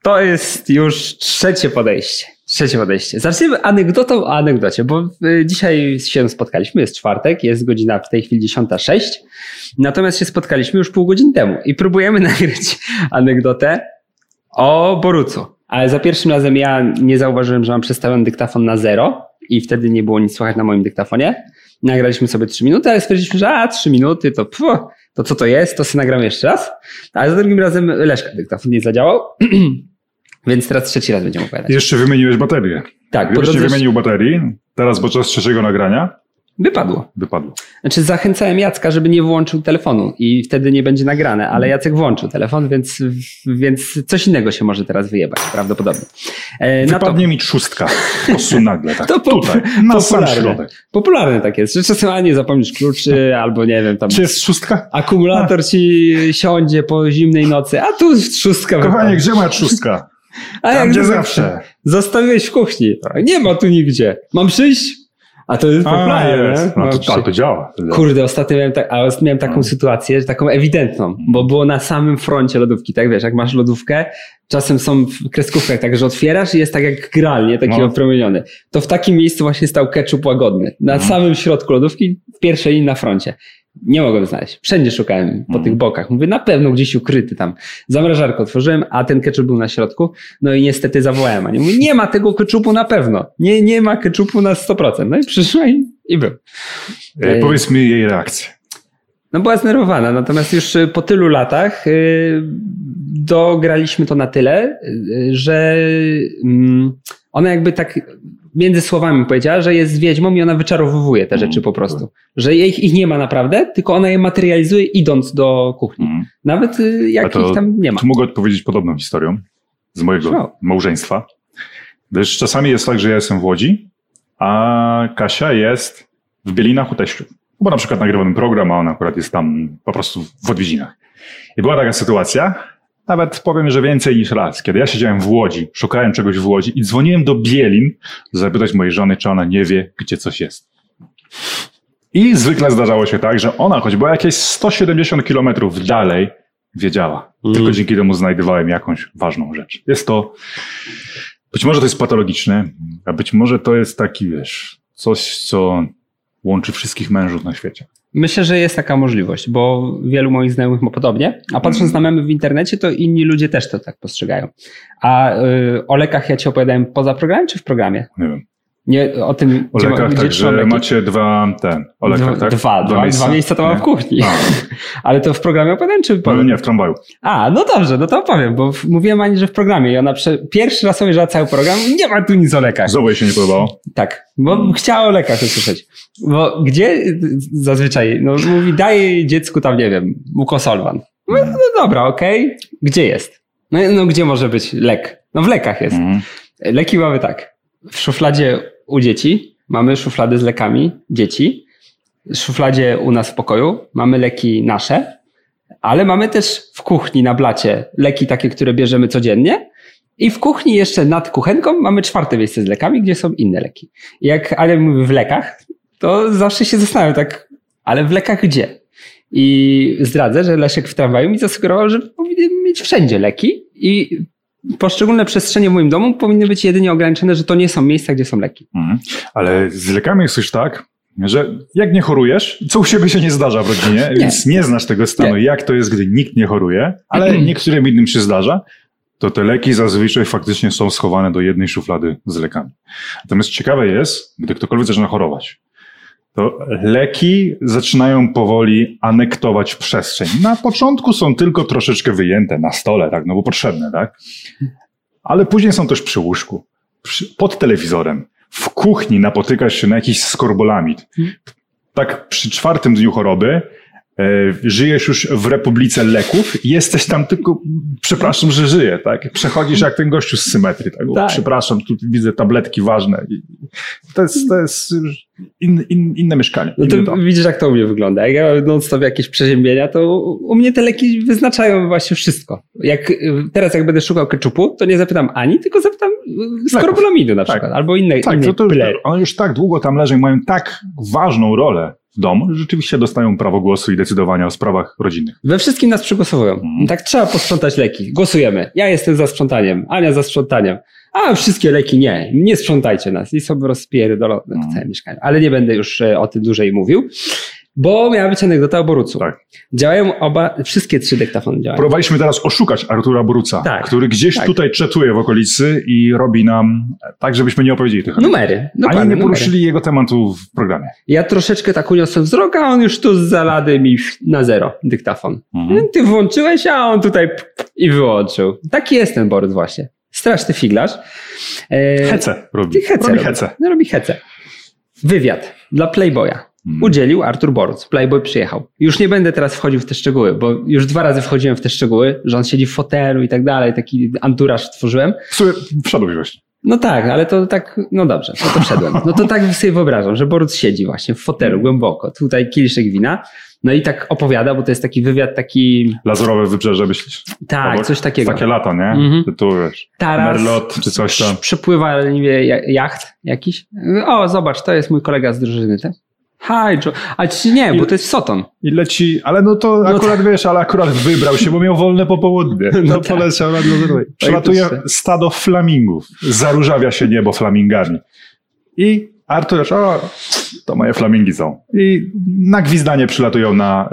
to jest już trzecie podejście. Zaczniemy anegdotą o anegdocie, bo dzisiaj się spotkaliśmy, jest czwartek, jest godzina w tej chwili 10:06, natomiast się spotkaliśmy już pół godziny temu i próbujemy nagrać anegdotę o Borucu. Ale za pierwszym razem ja nie zauważyłem, że mam przestawiony dyktafon na 0 i wtedy nie było nic słychać na moim dyktafonie. Nagraliśmy sobie 3 minuty, ale stwierdziliśmy, że 3 minuty to co to jest, to sobie nagramy jeszcze raz. Ale za drugim razem Leszka dyktafon nie zadziałał. Więc teraz trzeci raz będziemy opowiadać. Jeszcze wymieniłeś baterię. Tak. Gdybyś nie wymienił baterii, teraz podczas trzeciego nagrania Wypadło. Znaczy zachęcałem Jacka, żeby nie wyłączył telefonu i wtedy nie będzie nagrane, ale Jacek włączył telefon, więc coś innego się może teraz wyjebać, prawdopodobnie. Wypadnie mi trzustka po prostu nagle. Tak. To tutaj, na sam środek. Popularne tak jest, że czasem nie zapomnisz kluczy, albo nie wiem, tam... Czy jest trzustka? Akumulator ci siądzie po zimnej nocy, a tu trzustka. Kochanie, gdzie moja trzustka? Tam, gdzie zawsze. Zostawiłeś w kuchni. Nie ma tu nigdzie. Mam przyjść? A to jest popularne, nie? No to działa. Kurde, ostatnio miałem taką sytuację, taką ewidentną, bo było na samym froncie lodówki, tak wiesz, jak masz lodówkę, czasem są w kreskówkach tak, że otwierasz i jest tak jak gral, nie? Taki opromieniony. To w takim miejscu właśnie stał ketchup łagodny. Na samym środku lodówki, w pierwszej linii na froncie. Nie mogłem znaleźć. Wszędzie szukałem po tych bokach. Mówię, na pewno gdzieś ukryty tam. Zamrażarkę otworzyłem, a ten ketchup był na środku. No i niestety zawołałem. A nie mówię, nie ma tego ketchupu na pewno. Nie ma ketchupu na 100%. No i przyszła i był. Powiedz mi jej reakcję. No była zdenerwowana. Natomiast już po tylu latach dograliśmy to na tyle, że ona jakby tak między słowami powiedziała, że jest wiedźmą i ona wyczarowuje te rzeczy po prostu. Że ich nie ma naprawdę, tylko ona je materializuje idąc do kuchni. Nawet jak ich tam nie ma. Tu mogę odpowiedzieć podobną historią z mojego małżeństwa. Gdyż czasami jest tak, że ja jestem w Łodzi, a Kasia jest w Bielinach u teściów. Bo na przykład nagrywamy program, a ona akurat jest tam po prostu w odwiedzinach. I była taka sytuacja, nawet powiem, że więcej niż raz, kiedy ja siedziałem w Łodzi, szukałem czegoś w Łodzi i dzwoniłem do Bielin, zapytać mojej żony, czy ona nie wie, gdzie coś jest. I zwykle zdarzało się tak, że ona, choć była jakieś 170 kilometrów dalej, wiedziała. Tylko dzięki temu znajdowałem jakąś ważną rzecz. Jest to, być może to jest patologiczne, a być może to jest taki, coś, co łączy wszystkich mężów na świecie. Myślę, że jest taka możliwość, bo wielu moich znajomych ma podobnie, a patrząc na memy w internecie, to inni ludzie też to tak postrzegają. A o lekach ja ci opowiadałem poza programem, czy w programie? Nie wiem. Nie, o tym, o lekach, także macie dwa miejsca to mam w kuchni. Ale to w programie opowiadałem, czy no, nie, w tramwaju. No dobrze, no to opowiem, bo mówiłem Ani, że w programie i ona pierwszy raz obejrzała cały program, nie ma tu nic o lekach. Znowu jej się nie podobało? Tak, bo chciała o lekach usłyszeć. Bo gdzie zazwyczaj, mówi, daj dziecku tam, nie wiem, mukosolwan. No dobra, okej. Gdzie jest? No gdzie może być lek? No w lekach jest. Leki mamy tak. W szufladzie u dzieci mamy szuflady z lekami dzieci. W szufladzie u nas w pokoju mamy leki nasze, ale mamy też w kuchni na blacie leki takie, które bierzemy codziennie. I w kuchni jeszcze nad kuchenką mamy 4. miejsce z lekami, gdzie są inne leki. I jak Ale mówi w lekach, to zawsze się zastanawiam tak, ale w lekach gdzie? I zdradzę, że Leszek w tramwaju mi zasugerował, że powinien mieć wszędzie leki i poszczególne przestrzenie w moim domu powinny być jedynie ograniczone, że to nie są miejsca, gdzie są leki. Ale z lekami jest już tak, że jak nie chorujesz, co u siebie się nie zdarza w rodzinie, więc nie znasz tego stanu, jak to jest, gdy nikt nie choruje, ale niektórym innym się zdarza, to te leki zazwyczaj faktycznie są schowane do jednej szuflady z lekami. Natomiast ciekawe jest, gdy ktokolwiek zaczyna chorować, to leki zaczynają powoli anektować przestrzeń. Na początku są tylko troszeczkę wyjęte na stole, tak, no bo potrzebne, tak? Ale później są też przy łóżku, pod telewizorem, w kuchni napotykasz się na jakiś skorbolamid. Tak przy 4. dniu choroby żyjesz już w republice leków i jesteś tam tylko, przepraszam, że żyję, tak? Przechodzisz jak ten gościu z symetrii, tak? Tak. Przepraszam, tu widzę tabletki ważne. To jest inne mieszkanie. No to widzisz, jak to u mnie wygląda. Jak ja non-stop jakieś przeziębienia, to u mnie te leki wyznaczają właśnie wszystko. Teraz jak będę szukał ketchupu, to nie zapytam Ani, tylko zapytam skorbolamidu na przykład, albo innej one już tak długo tam leżą i mają tak ważną rolę w dom, rzeczywiście dostają prawo głosu i decydowania o sprawach rodzinnych. We wszystkim nas przegłosowują. Tak, trzeba posprzątać leki. Głosujemy. Ja jestem za sprzątaniem, Ania za sprzątaniem. A wszystkie leki nie sprzątajcie nas. I sobie rozpierdolone w całym mieszkaniu. Ale nie będę już o tym dłużej mówił. Bo miała być anegdota o Borucu. Tak. Działają wszystkie 3 dyktafony działają. Próbowaliśmy teraz oszukać Artura Boruca, który gdzieś tutaj czetuje w okolicy i robi nam tak, żebyśmy nie opowiedzieli tych numery. Ani nie poruszyli jego tematu w programie. Ja troszeczkę tak uniosłem wzrok, a on już tu z zalady mi na 0 dyktafon. Ty włączyłeś, a on tutaj i wyłączył. Taki jest ten Boruc właśnie. Straszny figlarz. Hece robi. Robi hece. Wywiad dla Playboya. Udzielił Artur Boruc. Playboy przyjechał. Już nie będę teraz wchodził w te szczegóły, bo już 2 razy wchodziłem w te szczegóły, że on siedzi w fotelu i tak dalej, taki anturaż tworzyłem. W sumie wszedłeś właśnie. No tak, ale to tak, no dobrze, no to wszedłem. No to tak sobie wyobrażam, że Boruc siedzi właśnie w fotelu głęboko, tutaj kieliszek wina, no i tak opowiada, bo to jest taki wywiad taki... Lazurowe wybrzeże, myślisz? Tak, coś takiego. Takie lata, nie? Tu wiesz, Merlot czy coś tam. Przepływa, nie wiem, jacht jakiś. O, zobacz, to jest mój kolega z drużyny, tak? Hi, Joe. A nie, bo to jest Soton. I leci, ale no to akurat wiesz, ale akurat wybrał się, bo miał wolne popołudnie. No poleciał na Lazurowej. Przelatuje stado flamingów. Zaróżawia się niebo flamingami. I Artur, to moje flamingi są. I na gwizdanie przylatują na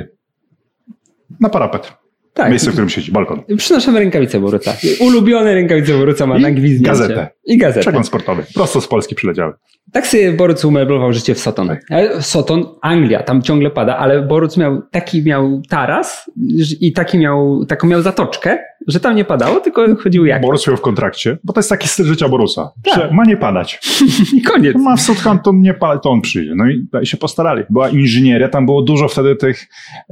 parapet. Tak. Miejsce, w którym siedzi, balkon. Przynoszę rękawice Boruca. Ulubione rękawice Boruca ma na gwizdnięcie. Gazetę. I gazetę. Przegląd sportowy. Prosto z Polski przyleciały. Tak sobie Boruc umeblował życie w Soton. Tak. Soton, Anglia, tam ciągle pada, ale Boruc miał taras i taką miał zatoczkę, że tam nie padało, tylko chodził jak. Boruc miał w kontrakcie, bo to jest taki styl życia Boruca, że ma nie padać. I koniec. Ma w Southampton nie padać, to on przyjdzie. No i się postarali. Była inżynieria, tam było dużo wtedy tych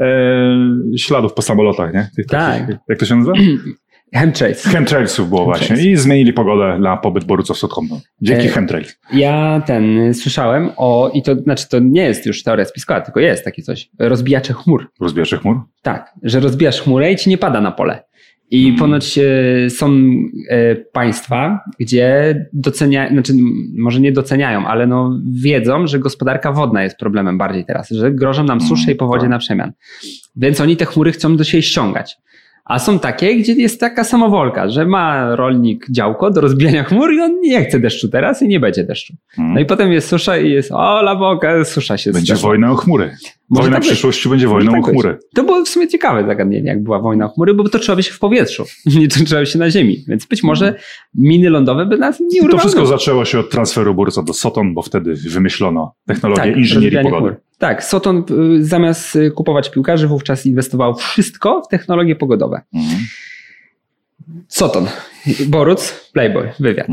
śladów po samolotach, nie? Takich, jak to się nazywa? Chemtrailsów było właśnie i zmienili pogodę na pobyt Boruca w Southampton. Dzięki chemtrails. Ja słyszałem to nie jest już teoria spiskowa, tylko jest takie coś. Rozbijacze chmur. Rozbijacze chmur? Tak, że rozbijasz chmurę i ci nie pada na pole. I ponoć są państwa, gdzie może nie doceniają, ale wiedzą, że gospodarka wodna jest problemem bardziej teraz, że grożą nam susze i powodzie na przemian. Więc oni te chmury chcą do siebie ściągać. A są takie, gdzie jest taka samowolka, że ma rolnik działko do rozbijania chmur i on nie chce deszczu teraz i nie będzie deszczu. No i potem jest susza i jest la boga, susza się będzie wojna o chmury. Wojna w przyszłości będzie wojną o chmury. To było w sumie ciekawe zagadnienie, jak była wojna o chmury, bo toczyłaby się w powietrzu, nie toczyłaby się na ziemi. Więc być może miny lądowe by nas nie urwały. To wszystko zaczęło się od transferu Boruca do Soton, bo wtedy wymyślono technologię inżynierii pogody. Chmur. Tak, Soton zamiast kupować piłkarzy wówczas inwestował wszystko w technologie pogodowe. Soton, Boruc, Playboy, wywiad.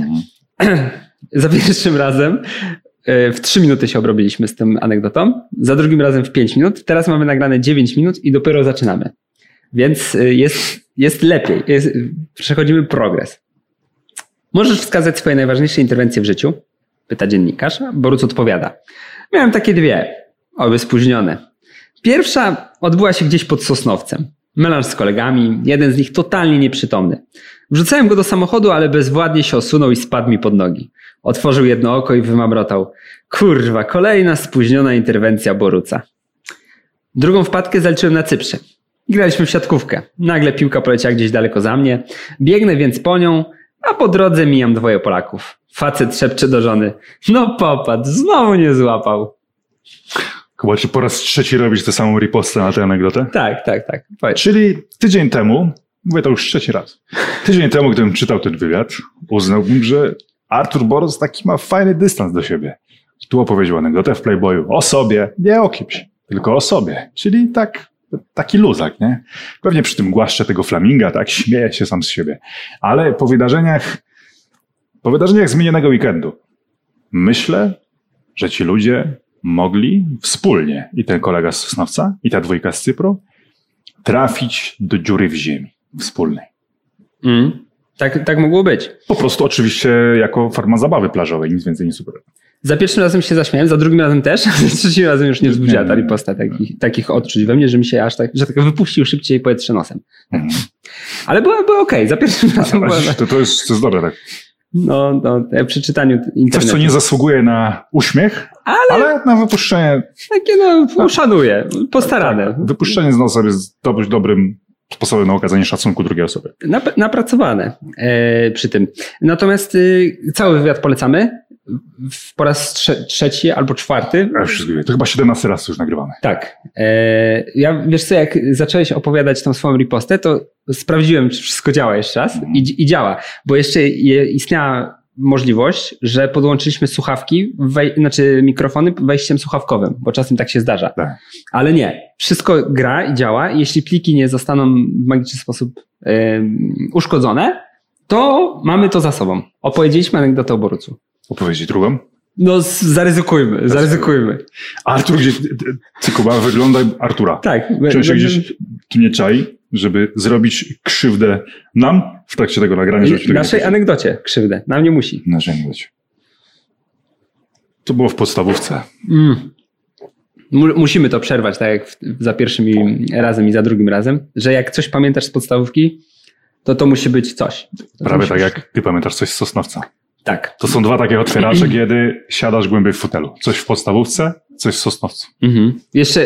Za pierwszym razem w 3 minuty się obrobiliśmy z tym anegdotą, za drugim razem w 5 minut, teraz mamy nagrane 9 minut i dopiero zaczynamy. Więc jest lepiej, przechodzimy progres. Możesz wskazać swoje najważniejsze interwencje w życiu? Pyta dziennikarz, a Boruc odpowiada. Miałem takie 2. Obie spóźnione. Pierwsza odbyła się gdzieś pod Sosnowcem. Melanż z kolegami, jeden z nich totalnie nieprzytomny. Wrzucałem go do samochodu, ale bezwładnie się osunął i spadł mi pod nogi. Otworzył jedno oko i wymamrotał. Kurwa, kolejna spóźniona interwencja Boruca. Drugą wpadkę zaliczyłem na Cyprze. Graliśmy w siatkówkę. Nagle piłka poleciała gdzieś daleko za mnie. Biegnę więc po nią, a po drodze mijam 2 Polaków. Facet szepcze do żony. No popatrz, znowu nie złapał. Chyba czy po raz 3 robisz tę samą ripostę na tę anegdotę? Tak. Czyli tydzień temu, mówię to już 3 raz, tydzień temu, gdybym czytał ten wywiad, uznałbym, że Artur Boruc taki ma fajny dystans do siebie. Tu opowiedział anegdotę w Playboyu o sobie, nie o kimś, tylko o sobie. Czyli taki luzak, nie? Pewnie przy tym głaszcze tego flaminga, tak, śmieje się sam z siebie. Ale po wydarzeniach z minionego weekendu myślę, że ci ludzie mogli wspólnie, i ten kolega z Sosnowca, i ta 2 z Cypru, trafić do dziury w ziemi wspólnej. Tak mogło być. Po prostu oczywiście jako forma zabawy plażowej, nic więcej, nic super. Za pierwszym razem się zaśmiałem, za drugim razem też, za trzecim razem już nie wzbudziła ta riposta takich odczuć we mnie, że mi się aż tak, że tak wypuścił szybciej powietrze nosem. Ale była okej. Za pierwszym razem była... To jest dobre, tak. No, przy czytaniu internetu. Coś, co nie zasługuje na uśmiech, ale na wypuszczenie. Takie uszanuję, postarane. Tak, wypuszczenie z nosa jest dobrym sposobem na okazanie szacunku drugiej osoby. Napracowane przy tym. Natomiast cały wywiad polecamy. Po raz trzeci albo czwarty. To chyba 17 raz już nagrywamy. Tak. Ja, wiesz co, jak zacząłeś opowiadać tą swoją ripostę, to sprawdziłem, czy wszystko działa jeszcze raz i działa. Bo jeszcze istniała możliwość, że podłączyliśmy słuchawki, mikrofony wejściem słuchawkowym, bo czasem tak się zdarza. Tak. Ale nie. Wszystko gra i działa. Jeśli pliki nie zostaną w magiczny sposób uszkodzone, to mamy to za sobą. Opowiedzieliśmy anegdotę o Borucu. Opowiedzieć drugą? No zaryzykujmy. Artur, gdzie ty Kuba, wygląda Artura. Tak. Czy on się gdzieś tu nie czai, żeby zrobić krzywdę nam w trakcie tego nagrania? Naszej anegdocie krzywdę. Nam nie musi. Naszej anegdocie. To było w podstawówce. Musimy to przerwać, tak jak za pierwszym razem i za drugim razem, że jak coś pamiętasz z podstawówki, to musi być coś. Prawie tak jak ty pamiętasz coś z Sosnowca. Tak. To są dwa takie otwieracze, kiedy siadasz głębiej w fotelu. Coś w podstawówce, coś w Sosnowcu. Jeszcze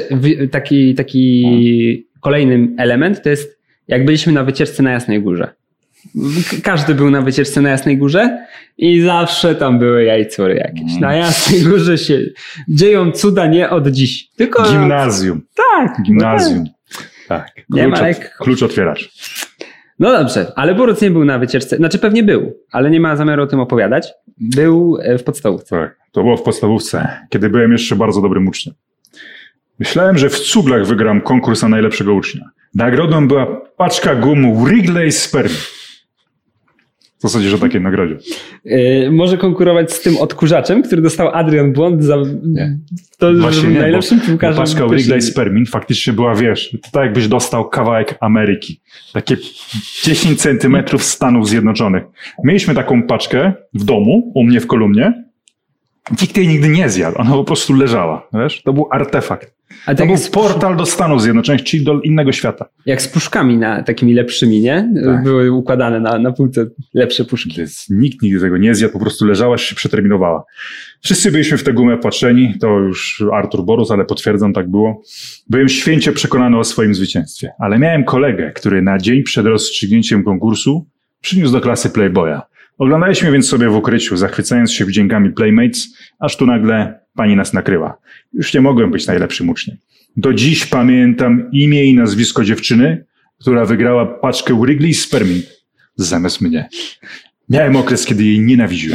taki kolejny element to jest, jak byliśmy na wycieczce na Jasnej Górze. Każdy był na wycieczce na Jasnej Górze i zawsze tam były jajcury jakieś. Na Jasnej Górze się dzieją cuda nie od dziś. Tylko Gimnazjum. Tak. Gimnazjum. Tak. Klucz otwieracz. No dobrze, ale Boruc nie był na wycieczce. Znaczy pewnie był, ale nie ma zamiaru o tym opowiadać. Był w podstawówce. Tak, to było w podstawówce, kiedy byłem jeszcze bardzo dobrym uczniem. Myślałem, że w cuglach wygram konkurs na najlepszego ucznia. Nagrodą była paczka gum Wrigley Sperm. Co sądzisz o takiej nagrodzie? Może konkurować z tym odkurzaczem, który dostał Adrian Błąd za to, że najlepszym piłkarzem. Paczka Wrigley Spermin faktycznie była, wiesz, to tak jakbyś dostał kawałek Ameryki. Takie 10 centymetrów Stanów Zjednoczonych. Mieliśmy taką paczkę w domu, u mnie w kolumnie. Nikt jej nigdy nie zjadł. Ona po prostu leżała. Wiesz? To był artefakt. To tak był portal do Stanów Zjednoczonych, czyli do innego świata. Jak z puszkami takimi lepszymi, nie? Tak. Były układane na półce lepsze puszki. Nikt nigdy tego nie zjadł, po prostu leżała, się przeterminowała. Wszyscy byliśmy w tę gumę wpatrzeni, to już Artur Boruc, ale potwierdzam, tak było. Byłem święcie przekonany o swoim zwycięstwie, ale miałem kolegę, który na dzień przed rozstrzygnięciem konkursu przyniósł do klasy Playboya. Oglądaliśmy więc sobie w ukryciu, zachwycając się wdziękami Playmates, aż tu nagle pani nas nakryła. Już nie mogłem być najlepszym uczniem. Do dziś pamiętam imię i nazwisko dziewczyny, która wygrała paczkę Wrigley Spermin zamiast mnie. Miałem okres, kiedy jej nienawidziłem.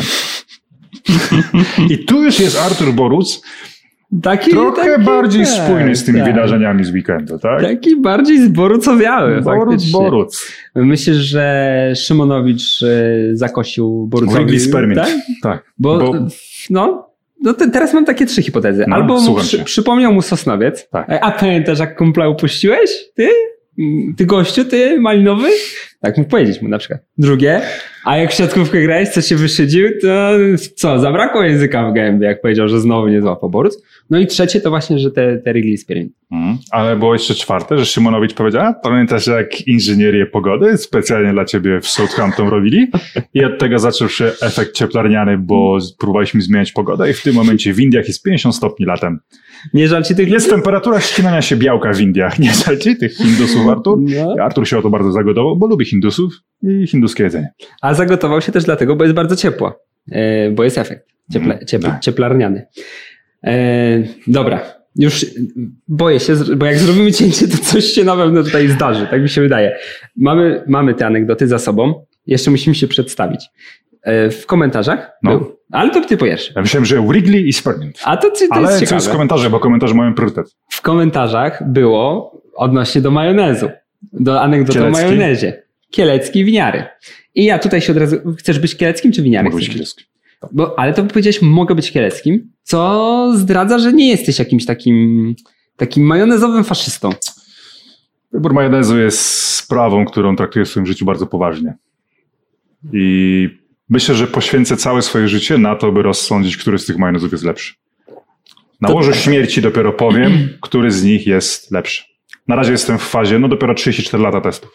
I tu już jest Artur Boruc, trochę bardziej spójny z tymi wydarzeniami z weekendu, tak? Taki bardziej zborucowiały. Boruc. Myślisz, że Szymonowicz zakosił Borucowi? Wrigley Spermin. Tak. Bo teraz mam takie 3 hipotezy. Albo mu przypomniał mu Sosnowiec. Tak. A pamiętasz, jak kumpla upuściłeś? Ty gościu, ty malinowy? Tak mógł powiedzieć mu na przykład. Drugie, a jak w siatkówkę grałeś, co się wyszydził, to co? Zabrakło języka w gębie, jak powiedział, że znowu nie złapał Boruc. No i trzecie to właśnie, że te Wrigley Spermin. Ale było jeszcze czwarte, że Szymonowicz powiedział, pamiętasz jak inżynierię pogody specjalnie dla ciebie w Southampton robili? I od tego zaczął się efekt cieplarniany, bo próbowaliśmy zmieniać pogodę i w tym momencie w Indiach jest 50 stopni latem. Nie żal ci tych... Jest temperatura ścinania się białka w Indiach. Nie żal ci tych Hindusów, Artur? No. Artur się o to bardzo zagotował, bo lubi Hindusów i hinduskie jedzenie. A zagotował się też dlatego, bo jest bardzo ciepło. Bo jest efekt cieplarniany. Dobra. Już boję się, bo jak zrobimy cięcie, to coś się na pewno tutaj zdarzy. Tak mi się wydaje. Mamy te anegdoty za sobą. Jeszcze musimy się przedstawić. W komentarzach był. Ale to ty powiesz. Ja myślałem, że Wrigley i Spermin. A to jest ciekawe. Ale co jest w komentarzach, bo komentarze mają priorytet. W komentarzach było odnośnie do majonezu. Do anegdoty o majonezie. Kielecki, winiary. I ja tutaj się od razu... Chcesz być kieleckim czy winiarem? Mogę być kieleckim. Ale to powiedziałeś, mogę być kieleckim, co zdradza, że nie jesteś jakimś takim majonezowym faszystą. Wybór majonezu jest sprawą, którą traktuję w swoim życiu bardzo poważnie. I myślę, że poświęcę całe swoje życie na to, by rozsądzić, który z tych majonezów jest lepszy. Na łożu śmierci dopiero powiem, który z nich jest lepszy. Na razie jestem w fazie, dopiero 34 lata testów.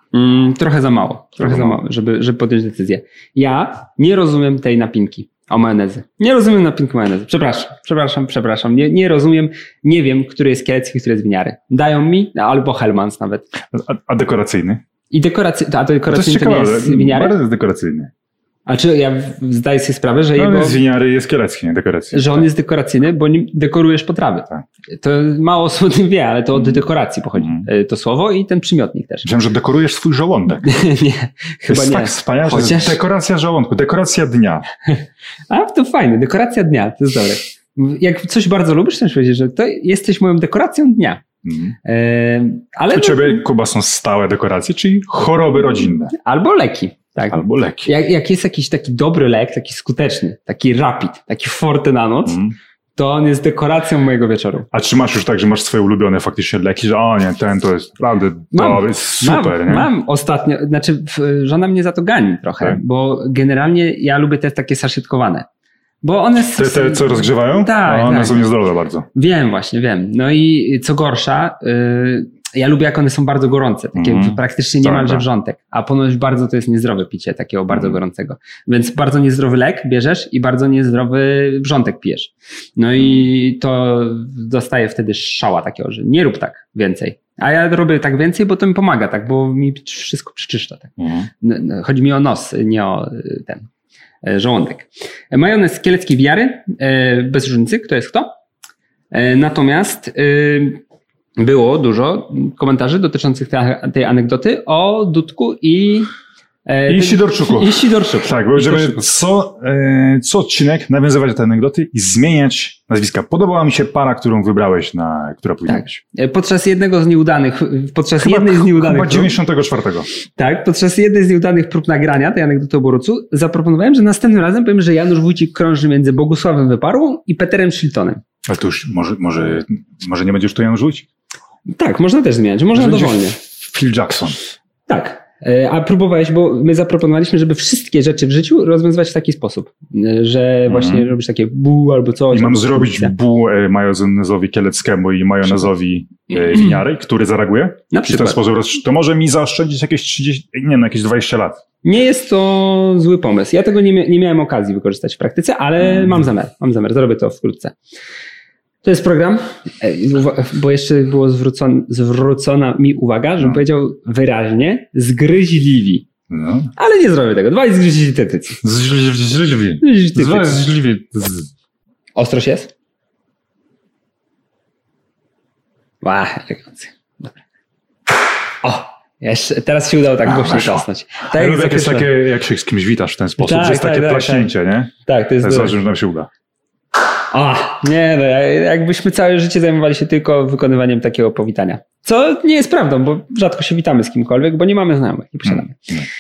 Trochę za mało, żeby podjąć decyzję. Ja nie rozumiem tej napinki o majonezy. Nie rozumiem napinki majonezy. Przepraszam. Nie rozumiem. Nie wiem, który jest kielecki, który jest winiary. Dają mi, albo Hellmann's nawet. A dekoracyjny? A to dekoracyjny to nie jest winiary? Bardzo jest dekoracyjny. A czy ja zdaję sobie sprawę, że jego... jest winiary, jest kielecki, nie dekoracyjny. Że on jest dekoracyjny, bo nim dekorujesz potrawy. Tak. To mało osób o tym wie, ale to od dekoracji pochodzi. To słowo i ten przymiotnik też. Wiem, że dekorujesz swój żołądek. Nie, chyba jest nie. Tak wspaniale, że jest dekoracja żołądku, dekoracja dnia. A, to fajne, dekoracja dnia, to jest dobre. Jak coś bardzo lubisz, to musisz powiedzieć, że to jesteś moją dekoracją dnia. Ale u ciebie, Kuba, są stałe dekoracje, czyli choroby rodzinne. Albo leki. Tak. Albo leki. Jak jest jakiś taki dobry lek, taki skuteczny, taki rapid, taki forte na noc, to on jest dekoracją mojego wieczoru. A czy masz już tak, że masz swoje ulubione faktycznie leki, że ten to jest naprawdę to jest super, nie? Mam ostatnio, żona mnie za to gani trochę, tak? Bo generalnie ja lubię te takie saszetkowane. Bo one te co rozgrzewają? Tak. One są niezdrowe bardzo. Wiem. No i co gorsza, ja lubię, jak one są bardzo gorące, takie praktycznie niemalże wrzątek, a ponoć bardzo to jest niezdrowe picie takiego bardzo gorącego. Więc bardzo niezdrowy lek bierzesz i bardzo niezdrowy wrzątek pijesz. No i to dostaję wtedy szała takiego, że nie rób tak więcej. A ja robię tak więcej, bo to mi pomaga, tak, bo mi wszystko przeczyszcza. Tak. Chodzi mi o nos, nie o ten żołądek. Majonez kielecki wiary, bez różnicy, kto jest kto. Natomiast było dużo komentarzy dotyczących tej anegdoty o Dudku i Sidorczuku. Tak, bo żeby co odcinek nawiązywać do tej anegdoty i zmieniać nazwiska. Podobała mi się para, którą wybrałeś, która powinna być. Podczas jednej z nieudanych chyba 94. Tak, podczas jednej z nieudanych prób nagrania tej anegdoty o Borucu zaproponowałem, że następnym razem powiem, że Janusz Wójcik krąży między Bogusławem Wyparłą i Peterem Shiltonem. Ale to już może nie będzie już to Janusz Wójcik? Tak, można też zmieniać, można dowolnie. Phil Jackson. Tak. A próbowałeś, bo my zaproponowaliśmy, żeby wszystkie rzeczy w życiu rozwiązywać w taki sposób, że właśnie robisz takie bu albo coś. I mam zrobić bu majonezowi kieleckiemu i majonezowi winiary, który zareaguje? Na przykład. W ten sposób to może mi zaoszczędzić jakieś 30, jakieś 20 lat. Nie jest to zły pomysł. Ja tego nie miałem okazji wykorzystać w praktyce, ale mam zamiar, zrobię to wkrótce. To jest program, bo jeszcze było zwrócona mi uwaga, żebym powiedział wyraźnie zgryźliwi. No. Ale nie zrobię tego. Dwaj zgryźliwi tetycy. Zgryźliwi. Ostrość jest? Elegancja. Dobra. Jeszcze, teraz się udało tak głośno klasnąć. Tak, lubię jak jest takie, jak się z kimś witasz w ten sposób, że jest takie plaśnięcie, nie? Tak, to jest zależy, że nam się uda. Jakbyśmy całe życie zajmowali się tylko wykonywaniem takiego powitania. Co nie jest prawdą, bo rzadko się witamy z kimkolwiek, bo nie mamy znajomych, nie posiadamy.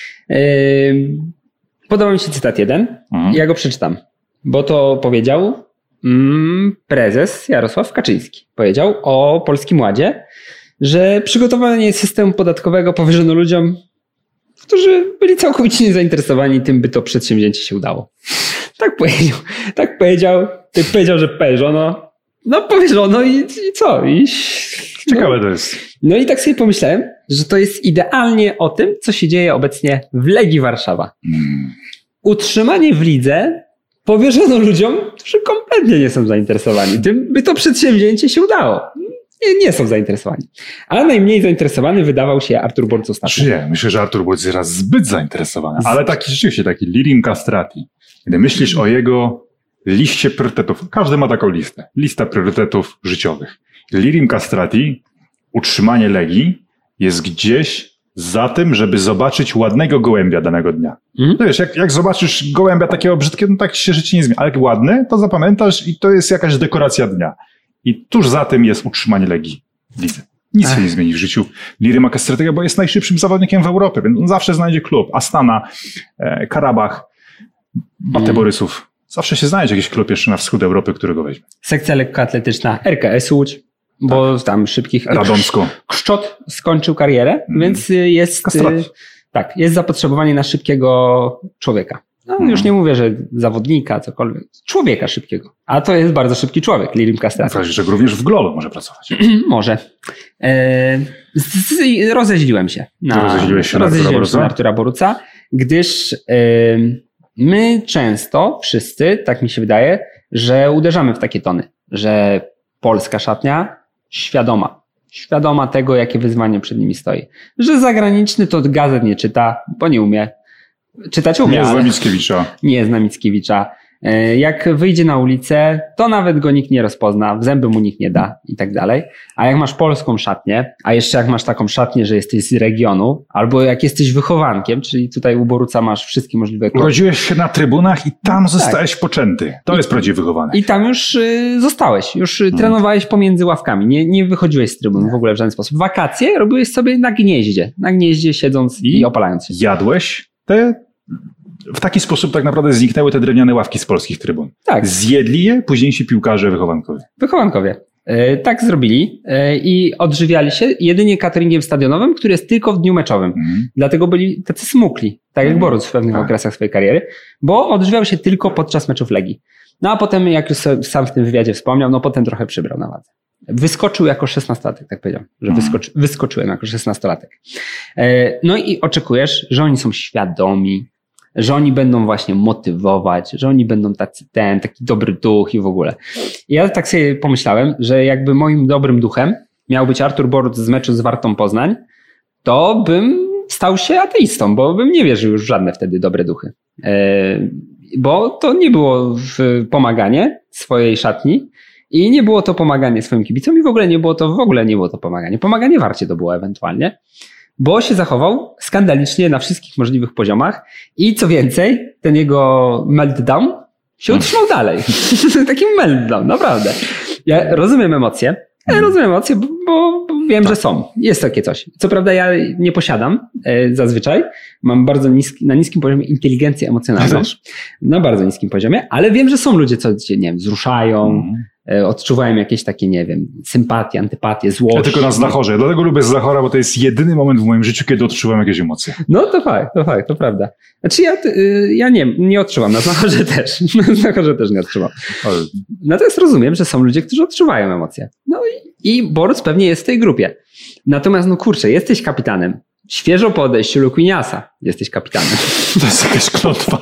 Podoba mi się cytat jeden. Ja go przeczytam, bo to powiedział prezes Jarosław Kaczyński. Powiedział o Polskim Ładzie, że przygotowanie systemu podatkowego powierzono ludziom, którzy byli całkowicie niezainteresowani tym, by to przedsięwzięcie się udało. Tak powiedział, że powierzono. Powierzono i co? Ciekawe to jest. No i tak sobie pomyślałem, że to jest idealnie o tym, co się dzieje obecnie w Legii Warszawa. Utrzymanie w lidze powierzono ludziom, którzy kompletnie nie są zainteresowani tym, by to przedsięwzięcie się udało. Nie są zainteresowani. Ale najmniej zainteresowany wydawał się Artur Borc ostatnio. Nie, myślę, że Artur Borc jest raz zbyt zainteresowany. Ale rzeczywiście taki Lirim Castrati. Gdy myślisz o jego liście priorytetów, każdy ma taką listę. Lista priorytetów życiowych. Lirim Castrati, utrzymanie Legii, jest gdzieś za tym, żeby zobaczyć ładnego gołębia danego dnia. No wiesz, jak zobaczysz gołębia takiego brzydkiego, no tak się życie nie zmieni. Ale jak ładny, to zapamiętasz i to jest jakaś dekoracja dnia. I tuż za tym jest utrzymanie Legii w lidze. Nic się nie zmieni w życiu Liryma Castratiego, bo jest najszybszym zawodnikiem w Europie, więc on zawsze znajdzie klub. Astana, Karabach, Bate Borysów. Zawsze się znajdzie jakiś klub jeszcze na wschód Europy, którego weźmie. Sekcja lekkoatletyczna RKS Łódź, bo tam szybkich... Radomsko. Kszczot skończył karierę, więc jest zapotrzebowanie na szybkiego człowieka. Już nie mówię, że zawodnika, cokolwiek. Człowieka szybkiego. A to jest bardzo szybki człowiek, Lirim Castrati. Że również w Glolo może pracować. Może. Rozeźliłem się na Artura Boruca, gdyż my często, wszyscy, tak mi się wydaje, że uderzamy w takie tony, że polska szatnia świadoma tego, jakie wyzwanie przed nimi stoi. Że zagraniczny to gazet nie czyta, bo nie umie. Czytać umie, nie zna Mickiewicza. Nie zna Mickiewicza. Jak wyjdzie na ulicę, to nawet go nikt nie rozpozna, w zęby mu nikt nie da i tak dalej. A jak masz polską szatnię, a jeszcze jak masz taką szatnię, że jesteś z regionu, albo jak jesteś wychowankiem, czyli tutaj u Boruca masz wszystkie możliwe... Urodziłeś się na trybunach i tam zostałeś poczęty. To jest prawdziwy wychowanek. I tam już zostałeś, już trenowałeś pomiędzy ławkami, nie wychodziłeś z trybun w ogóle w żaden sposób. Wakacje robiłeś sobie na gnieździe siedząc i opalając się. Jadłeś w taki sposób tak naprawdę zniknęły te drewniane ławki z polskich trybun. Tak. Zjedli je późniejsi piłkarze wychowankowie. Tak zrobili i odżywiali się jedynie cateringiem stadionowym, który jest tylko w dniu meczowym. Dlatego byli tacy smukli, tak jak Boruc w pewnych okresach swojej kariery, bo odżywiał się tylko podczas meczów Legii. No a potem, jak już sam w tym wywiadzie wspomniał, no potem trochę przybrał na wadze. Wyskoczył jako 16-latek, tak powiedział, że wyskoczyłem jako 16-latek. No i oczekujesz, że oni są świadomi, że oni będą właśnie motywować, że oni będą taki dobry duch i w ogóle. I ja tak sobie pomyślałem, że jakby moim dobrym duchem miał być Artur Boruc z meczu z Wartą Poznań, to bym stał się ateistą, bo bym nie wierzył już w żadne wtedy dobre duchy. Bo to nie było pomaganie swojej szatni i nie było to pomaganie swoim kibicom i w ogóle nie było to pomaganie. Pomaganie Warcie to było ewentualnie. Bo się zachował skandalicznie na wszystkich możliwych poziomach i co więcej, ten jego meltdown się utrzymał dalej. Taki meltdown, naprawdę. Ja rozumiem emocje, bo wiem, że są. Jest takie coś. Co prawda ja nie posiadam zazwyczaj. Mam bardzo na niskim poziomie inteligencję emocjonalną. Na bardzo niskim poziomie, ale wiem, że są ludzie, co się, nie wiem, wzruszają, odczuwają jakieś takie, nie wiem, sympatie, antypatie, złość. Ja tylko na Znachorze. Ja dlatego lubię Znachora, bo to jest jedyny moment w moim życiu, kiedy odczuwam jakieś emocje. No to fakt, to prawda. Znaczy ja nie odczuwam, na Znachorze też. Na Znachorze też nie odczuwam. Natomiast rozumiem, że są ludzie, którzy odczuwają emocje. No i Boruc pewnie jest w tej grupie. Natomiast no kurczę, jesteś kapitanem. Świeżo po odejściu Lukiniasa jesteś kapitanem. To jest jakaś klątwa.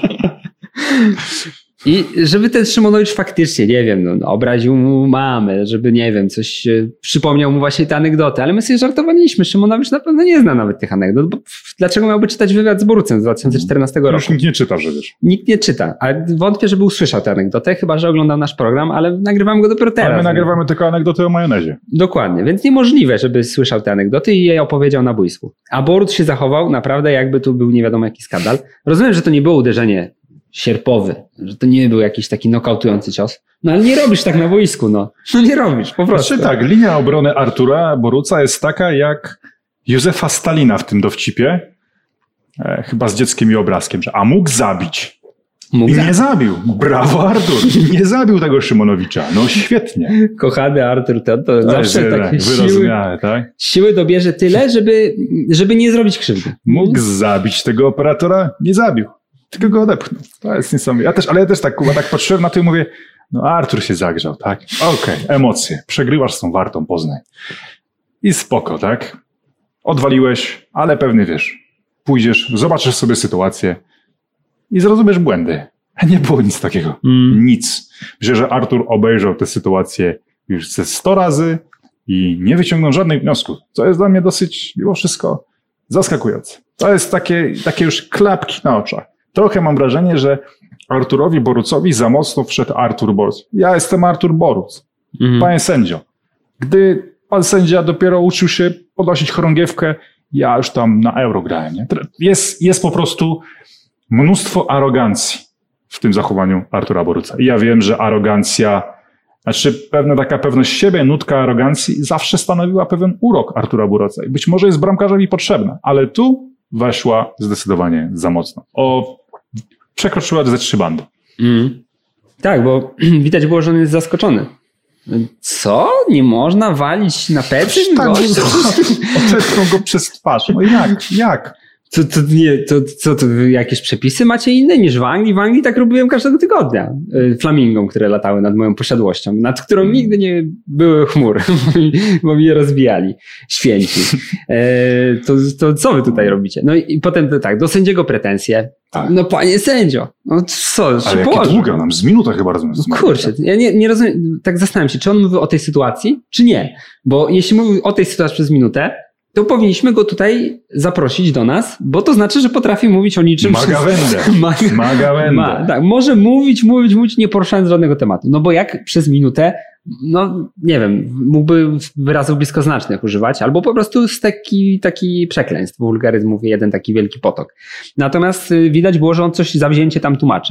I żeby ten Szymonowicz faktycznie, nie wiem, obraził mu mamę, żeby, nie wiem, coś przypomniał mu właśnie te anegdoty, ale my sobie żartowaliśmy. Szymonowicz na pewno nie zna nawet tych anegdot, bo dlaczego miałby czytać wywiad z Borucem z 2014 roku? Już nikt nie czyta przecież. Nikt nie czyta, a wątpię, żeby usłyszał tę anegdotę, chyba że oglądał nasz program, ale nagrywamy go dopiero teraz. Ale my nagrywamy tylko anegdoty o majonezie. Dokładnie, więc niemożliwe, żeby słyszał te anegdoty i je opowiedział na boisku. A Boruc się zachował naprawdę, jakby tu był nie wiadomo jaki skandal. Rozumiem, że to nie było uderzenie sierpowy, że to nie był jakiś taki nokautujący cios. No ale nie robisz tak na boisku, no nie robisz, po prostu. Znaczy tak, linia obrony Artura Boruca jest taka jak Józefa Stalina w tym dowcipie, chyba z dzieckiem i obrazkiem, że mógł zabić. Nie zabił. Brawo Artur, nie zabił tego Szymonowicza. No świetnie. Kochany Artur, to zawsze takie siły dobierze tyle, żeby nie zrobić krzywdy. Mógł zabić tego operatora, nie zabił. Tylko go odepchnął. To jest niesamowite. Ale ja też tak, Kuba, tak patrzyłem na to i mówię, no Artur się zagrzał, tak? Okej, emocje. Przegrywasz z tą Wartą Poznań. I spoko, tak? Odwaliłeś, ale pewnie wiesz, pójdziesz, zobaczysz sobie sytuację i zrozumiesz błędy. Nie było nic takiego. Nic. Myślę, że Artur obejrzał tę sytuację już ze 100 razy i nie wyciągnął żadnych wniosków, co jest dla mnie dosyć, mimo wszystko, zaskakujące. To jest takie już klapki na oczach. Trochę mam wrażenie, że Arturowi Borucowi za mocno wszedł Artur Boruc. Ja jestem Artur Boruc. Panie sędzio, gdy pan sędzia dopiero uczył się podnosić chorągiewkę, ja już tam na Euro grałem. Nie? Jest po prostu mnóstwo arogancji w tym zachowaniu Artura Boruca. I ja wiem, że arogancja, znaczy pewna taka pewność siebie, nutka arogancji zawsze stanowiła pewien urok Artura Boruca. I być może jest bramkarzowi potrzebna, ale tu weszła zdecydowanie za mocno. Przekroczyła ze 3 bandy. Tak, bo widać było, że on jest zaskoczony. Co? Nie można walić na pecy? Oczepną go przez twarz. No jak? To jakieś przepisy macie inne niż w Anglii? W Anglii tak robiłem każdego tygodnia. Flamingom, które latały nad moją posiadłością, nad którą nigdy nie były chmur, bo mi je rozbijali. Święci. To co wy tutaj robicie? No i potem tak, do sędziego pretensje. Tak. No panie sędzio, no co? Ale jakie długo nam? Z minutę chyba rozumiem. No kurczę, ja nie rozumiem, tak zastanawiam się, czy on mówił o tej sytuacji, czy nie. Bo jeśli mówił o tej sytuacji przez minutę, to powinniśmy go tutaj zaprosić do nas, bo to znaczy, że potrafi mówić o niczym. Magawędę. Tak, może mówić, nie poruszając żadnego tematu. No bo jak przez minutę, no nie wiem, mógłby wyrazów bliskoznacznych używać, albo po prostu z taki przekleństw, wulgaryzmów, jeden taki wielki potok. Natomiast widać było, że on coś zawzięcie tam tłumaczy.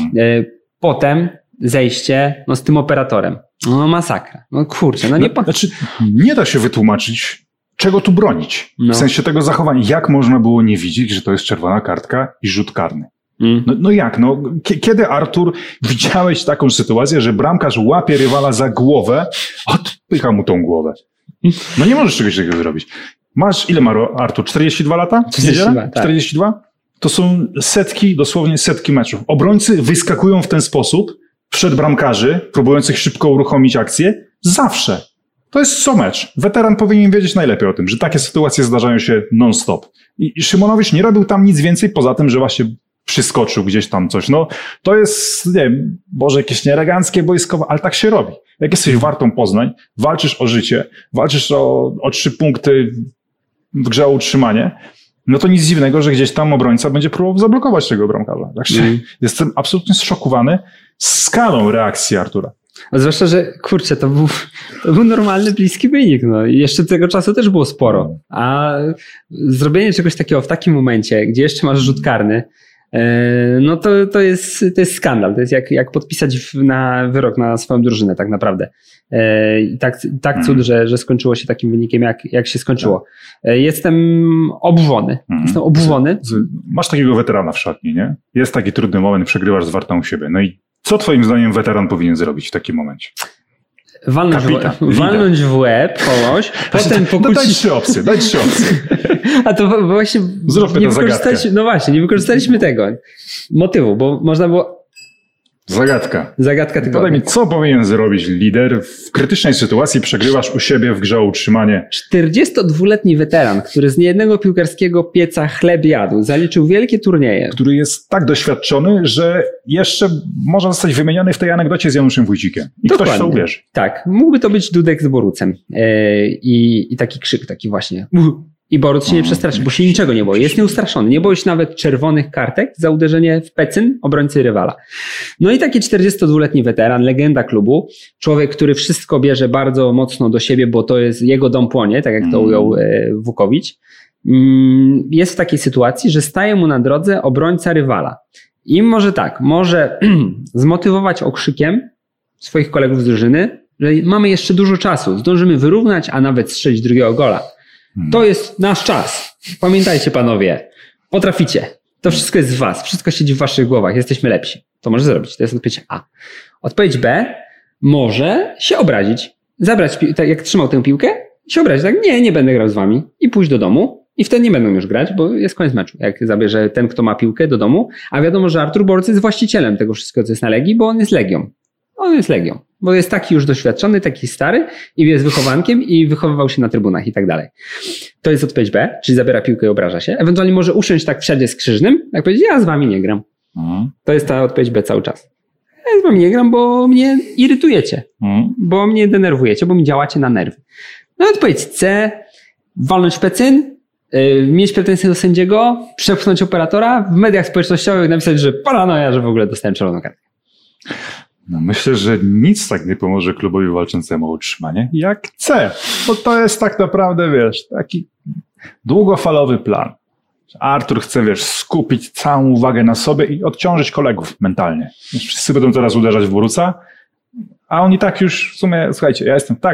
Potem zejście z tym operatorem. No masakra. No kurczę, nie da się wytłumaczyć, czego tu bronić? W sensie tego zachowania. Jak można było nie widzieć, że to jest czerwona kartka i rzut karny? No jak? Kiedy, Artur, widziałeś taką sytuację, że bramkarz łapie rywala za głowę, odpycha mu tą głowę? No nie możesz czegoś takiego zrobić. Ile ma Artur? 42 lata? 42, tak. 42? To są dosłownie setki meczów. Obrońcy wyskakują w ten sposób przed bramkarzy, próbujących szybko uruchomić akcję, zawsze. To jest co mecz. Weteran powinien wiedzieć najlepiej o tym, że takie sytuacje zdarzają się non-stop. I Szymonowicz nie robił tam nic więcej poza tym, że właśnie przyskoczył gdzieś tam coś. No to jest, nie wiem, może jakieś nieeleganckie boiskowe, ale tak się robi. Jak jesteś Wartą Poznań, walczysz o życie, walczysz o 3 punkty w grze o utrzymanie, no to nic dziwnego, że gdzieś tam obrońca będzie próbował zablokować tego bramkarza. Także jestem absolutnie zszokowany skalą reakcji Artura. A zwłaszcza, że kurczę, to był normalny, bliski wynik. No. I jeszcze tego czasu też było sporo. A zrobienie czegoś takiego w takim momencie, gdzie jeszcze masz rzut karny, no to jest skandal. To jest jak podpisać wyrok na swoją drużynę tak naprawdę. Tak cud, że skończyło się takim wynikiem, jak się skończyło. Jestem oburzony. Masz takiego weterana w szatni, nie? Jest taki trudny moment, przegrywasz z Wartą u siebie. No i co twoim zdaniem weteran powinien zrobić w takim momencie? Walnąć w łeb kogoś, potem pokłócić... Daj 3 opcje. A to właśnie... Zróbmy to zagadkę. No właśnie, nie wykorzystaliśmy tego motywu, bo można było... Zagadka tygodnia. Podaj mi, co powinien zrobić lider w krytycznej sytuacji, przegrywasz u siebie w grze o utrzymanie? 42-letni weteran, który z niejednego piłkarskiego pieca chleb jadł, zaliczył wielkie turnieje. Który jest tak doświadczony, że jeszcze może zostać wymieniony w tej anegdocie z Januszem Wójcikiem. I dokładnie. Ktoś w to uwierzy. Tak, mógłby to być Dudek z Borucem. I taki krzyk, taki właśnie... I Boruc się nie przestraszy, bo się niczego nie boi. Jest nieustraszony. Nie boi się nawet czerwonych kartek za uderzenie w pecyn obrońcy rywala. No i taki 42-letni weteran, legenda klubu, człowiek, który wszystko bierze bardzo mocno do siebie, bo to jest jego dom płonie, tak jak to ujął Wukowicz, jest w takiej sytuacji, że staje mu na drodze obrońca rywala. I może zmotywować okrzykiem swoich kolegów z drużyny, że mamy jeszcze dużo czasu, zdążymy wyrównać, a nawet strzelić drugiego gola. To jest nasz czas. Pamiętajcie, panowie, potraficie. To wszystko jest z was. Wszystko siedzi w waszych głowach. Jesteśmy lepsi. To może zrobić. To jest odpowiedź A. Odpowiedź B. Może się obrazić. Zabrać, tak jak trzymał tę piłkę, się obrazić. Tak, nie będę grał z wami. I pójść do domu. I wtedy nie będą już grać, bo jest koniec meczu. Jak zabierze ten, kto ma piłkę do domu. A wiadomo, że Artur Boruc jest właścicielem tego wszystkiego, co jest na Legii, bo on jest Legią. Bo jest taki już doświadczony, taki stary i jest wychowankiem i wychowywał się na trybunach i tak dalej. To jest odpowiedź B, czyli zabiera piłkę i obraża się. Ewentualnie może usiąść tak w siadzie skrzyżnym, jak powiedzieć, ja z wami nie gram. To jest ta odpowiedź B cały czas. Ja z wami nie gram, bo mnie irytujecie, bo mnie denerwujecie, bo mi działacie na nerwy. No i odpowiedź C, walnąć w pecyn, mieć pretensje do sędziego, przepchnąć operatora, w mediach społecznościowych napisać, że paranoja, że w ogóle dostałem czerwoną kartkę. No myślę, że nic tak nie pomoże klubowi walczącemu o utrzymanie jak C. Bo to jest tak naprawdę, taki długofalowy plan. Artur chce, skupić całą uwagę na sobie i odciążyć kolegów mentalnie. Wszyscy będą teraz uderzać w Boruca, a on i tak już w sumie, słuchajcie, ja jestem tak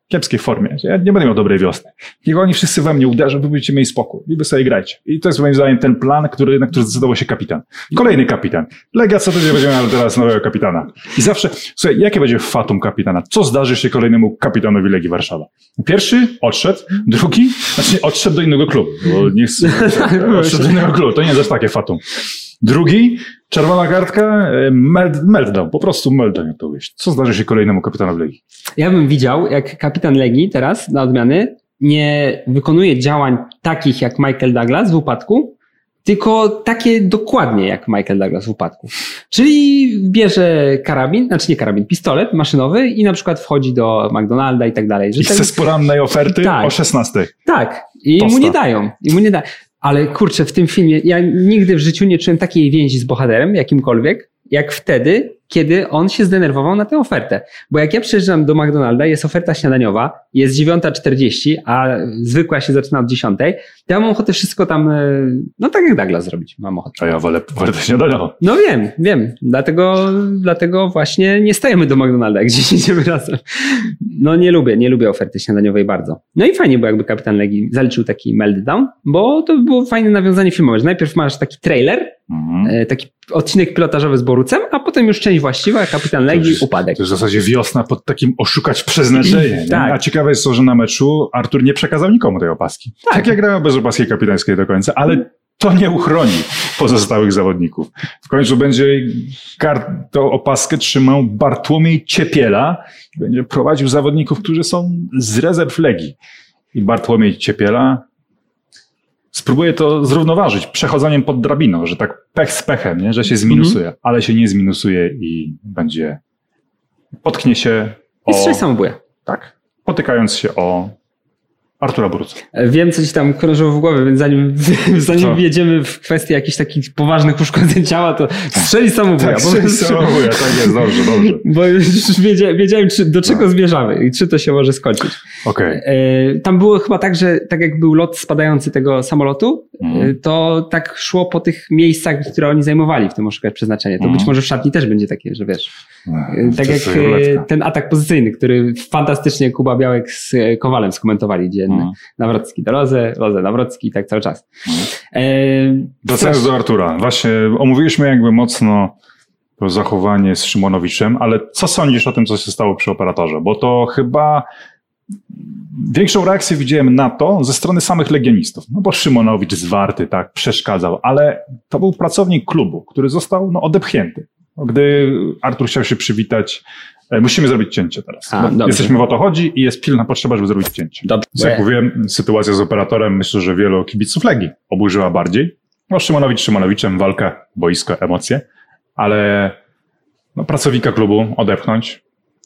kiepskiej formie. Ja nie będę miał dobrej wiosny. Niech oni wszyscy we mnie uderzą, wy będziecie mieli spokój. I wy sobie grajcie. I to jest moim zdaniem ten plan, na który zdecydował się kapitan. Kolejny kapitan. Legia co tydzień będziemy miał teraz nowego kapitana. I zawsze, słuchaj, jakie będzie fatum kapitana? Co zdarzy się kolejnemu kapitanowi Legii Warszawa? Pierwszy odszedł, drugi, odszedł do innego klubu. Bo nie chcę, odszedł do innego klubu. To nie jest aż takie fatum. Drugi, czerwona kartka, meltdown, po prostu meltdown to wyjść. Co zdarzy się kolejnemu kapitanowi Legii? Ja bym widział, jak kapitan Legii teraz, na odmiany, nie wykonuje działań takich jak Michael Douglas w upadku, tylko takie dokładnie jak Michael Douglas w upadku. Czyli bierze pistolet maszynowy i na przykład wchodzi do McDonalda i tak dalej. I chce z porannej oferty tak, o 16. Tak. I mu nie dają. Ale kurczę, w tym filmie ja nigdy w życiu nie czułem takiej więzi z bohaterem, jakimkolwiek, jak wtedy, kiedy on się zdenerwował na tę ofertę. Bo jak ja przyjeżdżam do McDonalda, jest oferta śniadaniowa, jest 9:40, a zwykła się zaczyna od 10:00, to ja mam ochotę wszystko tam, no tak jak Douglas zrobić, mam ochotę. A ja wolę śniadaniową. No wiem. Dlatego właśnie nie stajemy do McDonalda, gdzieś idziemy razem. No nie lubię oferty śniadaniowej bardzo. No i fajnie, bo jakby kapitan Legii zaliczył taki meltdown, bo to było fajne nawiązanie filmowe, że najpierw masz taki trailer, taki odcinek pilotażowy z Borucem, a potem już część właściwa, kapitan Legii, upadek. To jest w zasadzie wiosna pod takim oszukać przeznaczenie. Tak. A ciekawe jest to, że na meczu Artur nie przekazał nikomu tej opaski. Tak jak grał bez opaski kapitańskiej do końca, ale to nie uchroni pozostałych zawodników. W końcu będzie tą opaskę trzymał Bartłomiej Ciepiela i będzie prowadził zawodników, którzy są z rezerw Legii. I Bartłomiej Ciepiela spróbuję to zrównoważyć przechodzeniem pod drabiną, że tak pech z pechem, nie? Że się zminusuje, ale się nie zminusuje i potknie się I strzeli samobój. Tak, potykając się o Artura Boruca. Wiem, co ci tam krążyło w głowie, więc zanim wjedziemy w kwestię jakichś takich poważnych uszkodzeń ciała, to strzeli samobója. Tak, strzeli samobója, tak jest, dobrze. Bo już wiedziałem, do czego zmierzamy i czy to się może skończyć. Okay. Tam było chyba tak, że tak jak był lot spadający tego samolotu, to tak szło po tych miejscach, które oni zajmowali w tym oszukać przeznaczenie. To być może w szatni też będzie takie, że wiesz, tak jak ten atak pozycyjny, który fantastycznie Kuba Białek z Kowalem skomentowali, gdzie Nawrocki do Loze, Nawrocki i tak cały czas. Wracając do Artura. Właśnie omówiliśmy jakby mocno to zachowanie z Szymonowiczem, ale co sądzisz o tym, co się stało przy operatorze? Bo to chyba większą reakcję widziałem na to ze strony samych legionistów. No bo Szymonowicz zwarty, tak, przeszkadzał, ale to był pracownik klubu, który został odepchnięty. Gdy Artur chciał się przywitać, musimy zrobić cięcie teraz. Jesteśmy w o to chodzi i jest pilna potrzeba, żeby zrobić cięcie. Jak mówiłem, sytuacja z operatorem, myślę, że wielu kibiców Legii oburzyła bardziej. No Szymonowicz Szymonowiczem, walka, boisko, emocje, ale pracownika klubu odepchnąć.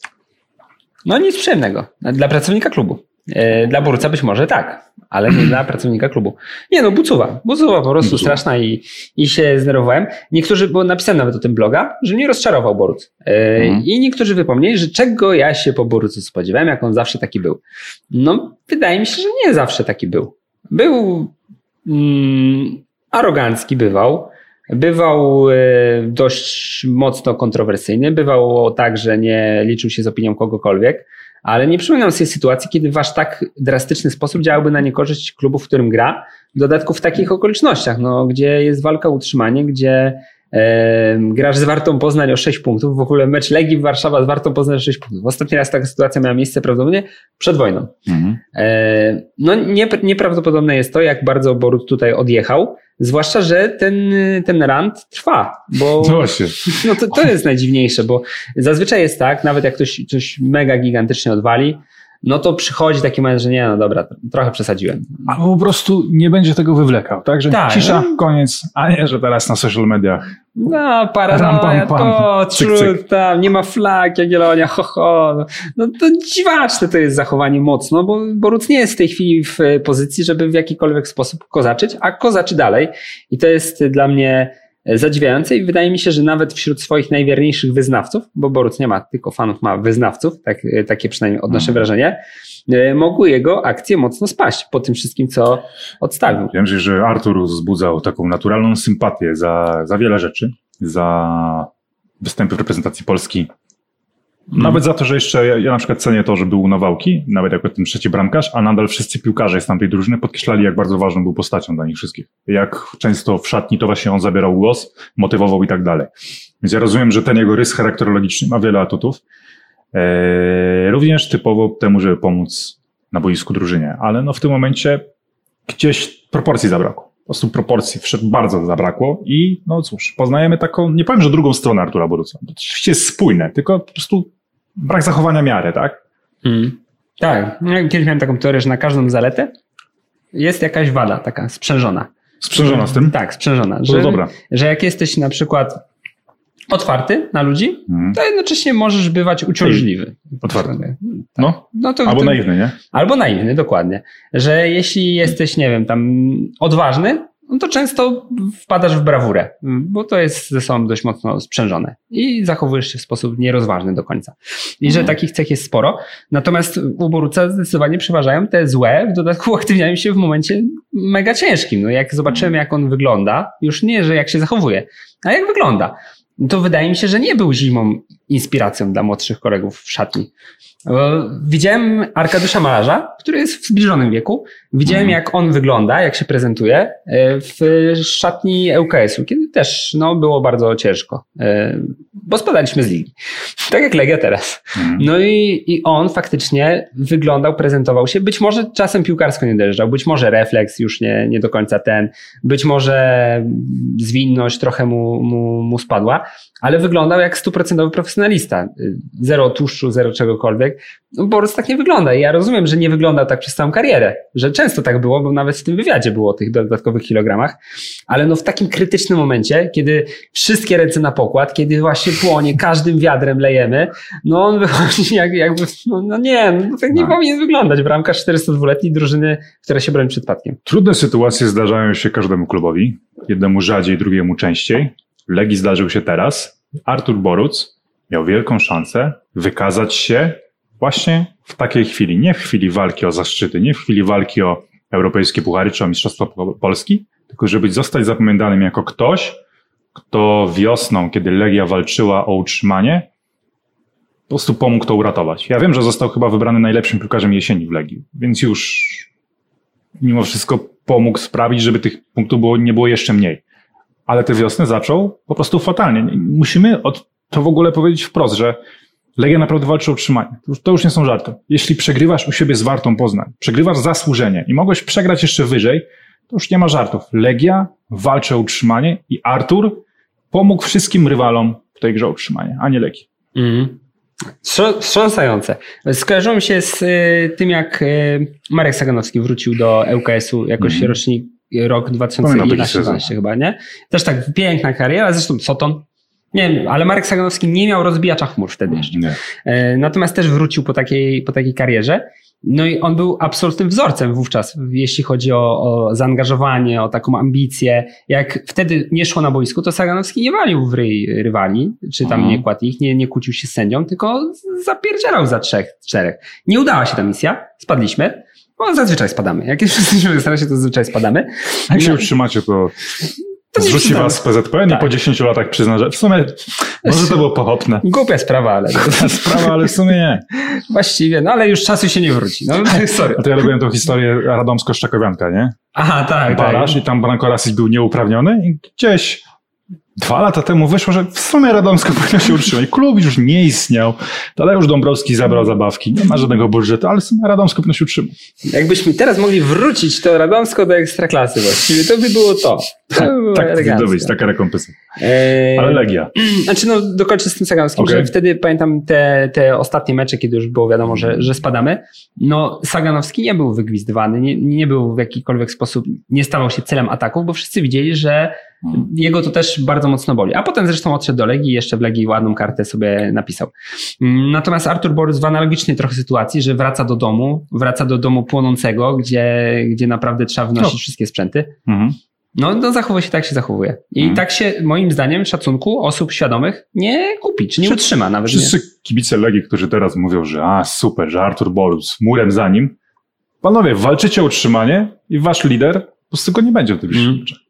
No nic przyjemnego. Dla pracownika klubu. Dla Boruca być może tak, ale nie dla pracownika klubu. Nie bucowa po prostu straszna i się zdenerwowałem. Niektórzy, bo napisałem nawet o tym bloga, że mnie rozczarował Boruc. I niektórzy wypomnieli, że czego ja się po Borucu spodziewałem, jak on zawsze taki był. No, wydaje mi się, że nie zawsze taki był. Był arogancki, bywał dość mocno kontrowersyjny, bywało tak, że nie liczył się z opinią kogokolwiek, ale nie przypominam sobie sytuacji, kiedy w aż tak drastyczny sposób działałby na niekorzyść klubu, w którym gra, w dodatku w takich okolicznościach, gdzie jest walka o utrzymanie, gdzie grasz z Wartą Poznań o 6 punktów, w ogóle mecz Legii Warszawa z Wartą Poznań o 6 punktów. Ostatni raz taka sytuacja miała miejsce prawdopodobnie przed wojną. Nieprawdopodobne jest to, jak bardzo Boruc tutaj odjechał, zwłaszcza, że ten rant trwa, bo to jest najdziwniejsze, bo zazwyczaj jest tak, nawet jak ktoś coś mega gigantycznie odwali, no to przychodzi taki moment, że nie, dobra, trochę przesadziłem. Albo po prostu nie będzie tego wywlekał, tak? Że cisza, koniec, a nie, że teraz na social mediach. Paranoja, tam nie ma flag, Jagiellonia, No to dziwaczne to jest zachowanie mocno, bo Boruc nie jest w tej chwili w pozycji, żeby w jakikolwiek sposób kozaczyć, a kozaczy dalej. I to jest dla mnie zadziwiające i wydaje mi się, że nawet wśród swoich najwierniejszych wyznawców, bo Boruc nie ma tylko fanów, ma wyznawców, takie przynajmniej odnoszę wrażenie, mogły jego akcje mocno spaść po tym wszystkim, co odstawił. Wiem, że Artur wzbudzał taką naturalną sympatię za wiele rzeczy, za występy w reprezentacji Polski Nawet za to, że jeszcze ja na przykład cenię to, że był Nawałki, nawet jako ten trzeci bramkarz, a nadal wszyscy piłkarze z tamtej drużyny podkreślali, jak bardzo ważną był postacią dla nich wszystkich. Jak często w szatni to właśnie on zabierał głos, motywował i tak dalej. Więc ja rozumiem, że ten jego rys charakterologiczny ma wiele atutów. Również typowo temu, żeby pomóc na boisku drużynie. Ale no w tym momencie gdzieś proporcji zabrakło. Po prostu proporcji bardzo zabrakło i no cóż, poznajemy taką, nie powiem, że drugą stronę Artura Boruca. To oczywiście jest spójne, tylko po prostu brak zachowania miary, tak? Tak. Ja kiedyś miałem taką teorię, że na każdą zaletę jest jakaś wada taka sprzężona. Sprzężona z tym? Tak, sprzężona. Że jak jesteś na przykład otwarty na ludzi, to jednocześnie możesz bywać uciążliwy. Otwarty. No albo naiwny, nie? Albo naiwny, dokładnie. Że jeśli jesteś, nie wiem, tam odważny, no to często wpadasz w brawurę, bo to jest ze sobą dość mocno sprzężone i zachowujesz się w sposób nierozważny do końca. I że takich cech jest sporo, natomiast u Boruca zdecydowanie przeważają te złe, w dodatku uaktywniają się w momencie mega ciężkim. No jak zobaczymy, jak on wygląda, już nie, że jak się zachowuje, a jak wygląda, to wydaje mi się, że nie był zimą inspiracją dla młodszych kolegów w szatni. Widziałem Arkadiusza Malarza, który jest w zbliżonym wieku. Widziałem, jak on wygląda, jak się prezentuje w szatni ŁKS-u, kiedy też było bardzo ciężko, bo spadaliśmy z ligi. Tak jak Legia teraz. No i on faktycznie wyglądał, prezentował się. Być może czasem piłkarsko nie dojeżdżał, być może refleks już nie do końca być może zwinność trochę mu spadła, ale wyglądał jak 100% profesjonalista. Zero tłuszczu, zero czegokolwiek. Boruc tak nie wygląda i ja rozumiem, że nie wyglądał tak przez całą karierę, że często tak było, bo nawet w tym wywiadzie było o tych dodatkowych kilogramach, ale w takim krytycznym momencie, kiedy wszystkie ręce na pokład, kiedy właśnie płonie, każdym wiadrem lejemy, on wychodzi jakby, tak nie powinien wyglądać bramkarz 402-letniej drużyny, która się broni przed spadkiem. Trudne sytuacje zdarzają się każdemu klubowi, jednemu rzadziej, drugiemu częściej. Legii zdarzył się teraz. Artur Boruc miał wielką szansę wykazać się właśnie w takiej chwili. Nie w chwili walki o zaszczyty, nie w chwili walki o europejskie puchary czy o Mistrzostwa Polski, tylko żeby zostać zapamiętanym jako ktoś, kto wiosną, kiedy Legia walczyła o utrzymanie, po prostu pomógł to uratować. Ja wiem, że został chyba wybrany najlepszym piłkarzem jesieni w Legii, więc już mimo wszystko pomógł sprawić, żeby tych punktów nie było jeszcze mniej. Ale tę wiosnę zaczął po prostu fatalnie. Musimy to w ogóle powiedzieć wprost, że Legia naprawdę walczy o utrzymanie. To już nie są żarty. Jeśli przegrywasz u siebie z Wartą Poznań, przegrywasz zasłużenie i mogłeś przegrać jeszcze wyżej, to już nie ma żartów. Legia walczy o utrzymanie i Artur pomógł wszystkim rywalom w tej grze o utrzymanie, a nie Legii. Wstrząsające. Skojarzyło mi się z tym, jak Marek Saganowski wrócił do ŁKS-u jakoś rok 2011 chyba, nie? Też tak piękna kariera, zresztą Soton. Nie wiem, ale Marek Saganowski nie miał rozbijacza chmur wtedy jeszcze. Natomiast też wrócił po takiej karierze. No i on był absolutnym wzorcem wówczas, jeśli chodzi o zaangażowanie, o taką ambicję. Jak wtedy nie szło na boisku, to Saganowski nie walił w ryj rywali, czy tam nie kładł ich, nie kłócił się z sędzią, tylko zapierdzielał za 3-4. Nie udała się ta misja, spadliśmy. Zazwyczaj spadamy. Jak jesteśmy w stresie, to zazwyczaj spadamy. Jak się utrzymacie, to zrzuci was z PZPN i po 10 latach przyzna, że w sumie może to było pochopne. Głupia sprawa, ale... ale w sumie nie. Właściwie, ale już czasu się nie wróci. Sorry. A to ja robiłem tą historię Radomsko-Szczakowianka, nie? Aha, tak. Baraż i tam Branko Rasic był nieuprawniony i gdzieś 2 lata temu wyszło, że w sumie Radomsko powinno się utrzymać. Klub już nie istniał. Tadeusz Dąbrowski zabrał zabawki. Nie ma żadnego budżetu, ale w sumie Radomsko powinno się utrzymać. Jakbyśmy teraz mogli wrócić to Radomsko do Ekstraklasy właściwie, to by było to. Tak powinno być, taka rekompensata. Ale Legia. Dokończę z tym Saganovskim, że wtedy pamiętam te ostatnie mecze, kiedy już było wiadomo, że spadamy. Saganowski nie był wygwizdywany, nie był w jakikolwiek sposób, nie stawał się celem ataków, bo wszyscy widzieli, że jego to też bardzo mocno boli. A potem zresztą odszedł do Legii i jeszcze w Legii ładną kartę sobie napisał. Natomiast Artur Boruc w analogicznej trochę sytuacji, że wraca do domu płonącego, gdzie naprawdę trzeba wnosić wszystkie sprzęty. Zachowuje się tak, jak się zachowuje. I tak się, moim zdaniem, szacunku osób świadomych nie kupi, czy nie utrzyma nawet. Wszyscy kibice Legii, którzy teraz mówią, że super, że Artur Boruc murem za nim. Panowie, walczycie o utrzymanie i wasz lider po prostu go nie będzie w tym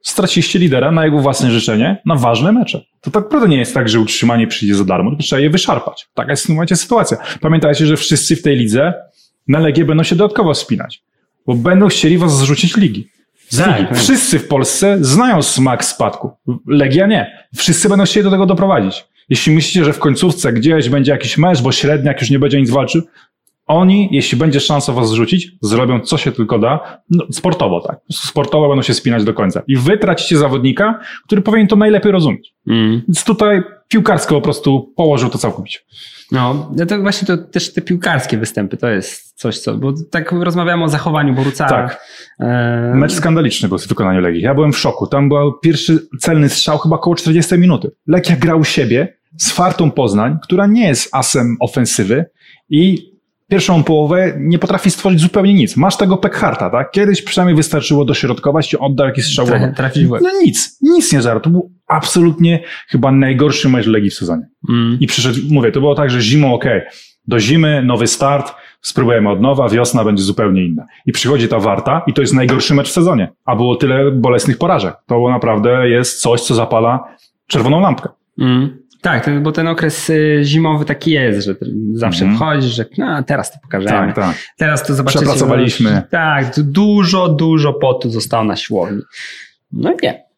Straciliście lidera na jego własne życzenie, na ważne mecze. To tak naprawdę nie jest tak, że utrzymanie przyjdzie za darmo, tylko trzeba je wyszarpać. Taka jest w tym momencie sytuacja. Pamiętajcie, że wszyscy w tej lidze na Legię będą się dodatkowo wspinać, bo będą chcieli was zrzucić ligi. Tak. Wszyscy w Polsce znają smak spadku. Legia nie. Wszyscy będą chcieli do tego doprowadzić. Jeśli myślicie, że w końcówce gdzieś będzie jakiś mecz, bo średniak już nie będzie nic walczył, oni, jeśli będzie szansa was zrzucić, zrobią co się tylko da, sportowo, tak. Sportowo będą się spinać do końca. I wy tracicie zawodnika, który powinien to najlepiej rozumieć. Więc tutaj piłkarsko po prostu położył to całkowicie. No to właśnie to też te piłkarskie występy to jest coś, bo tak rozmawiamy o zachowaniu Boruca. Tak. Mecz skandaliczny był w wykonaniu Legii. Ja byłem w szoku. Tam był pierwszy celny strzał chyba około 40 minuty. Legia grał u siebie z Fartą Poznań, która nie jest asem ofensywy i pierwszą połowę nie potrafi stworzyć zupełnie nic. Masz tego Pekharta, tak? Kiedyś przynajmniej wystarczyło dośrodkować i oddał jakiś strzał. No nic nie zaraz. To był absolutnie chyba najgorszy mecz Legii w sezonie. I przyszedł, mówię, to było tak, że zimą do zimy nowy start, spróbujemy od nowa, wiosna będzie zupełnie inna. I przychodzi ta Warta i to jest najgorszy mecz w sezonie. A było tyle bolesnych porażek. To naprawdę jest coś, co zapala czerwoną lampkę. Tak, bo ten okres zimowy taki jest, że zawsze wchodzisz, że teraz to pokażemy. Tak. Teraz to zobaczycie. Przepracowaliśmy. Tak, dużo potu zostało na siłowni. No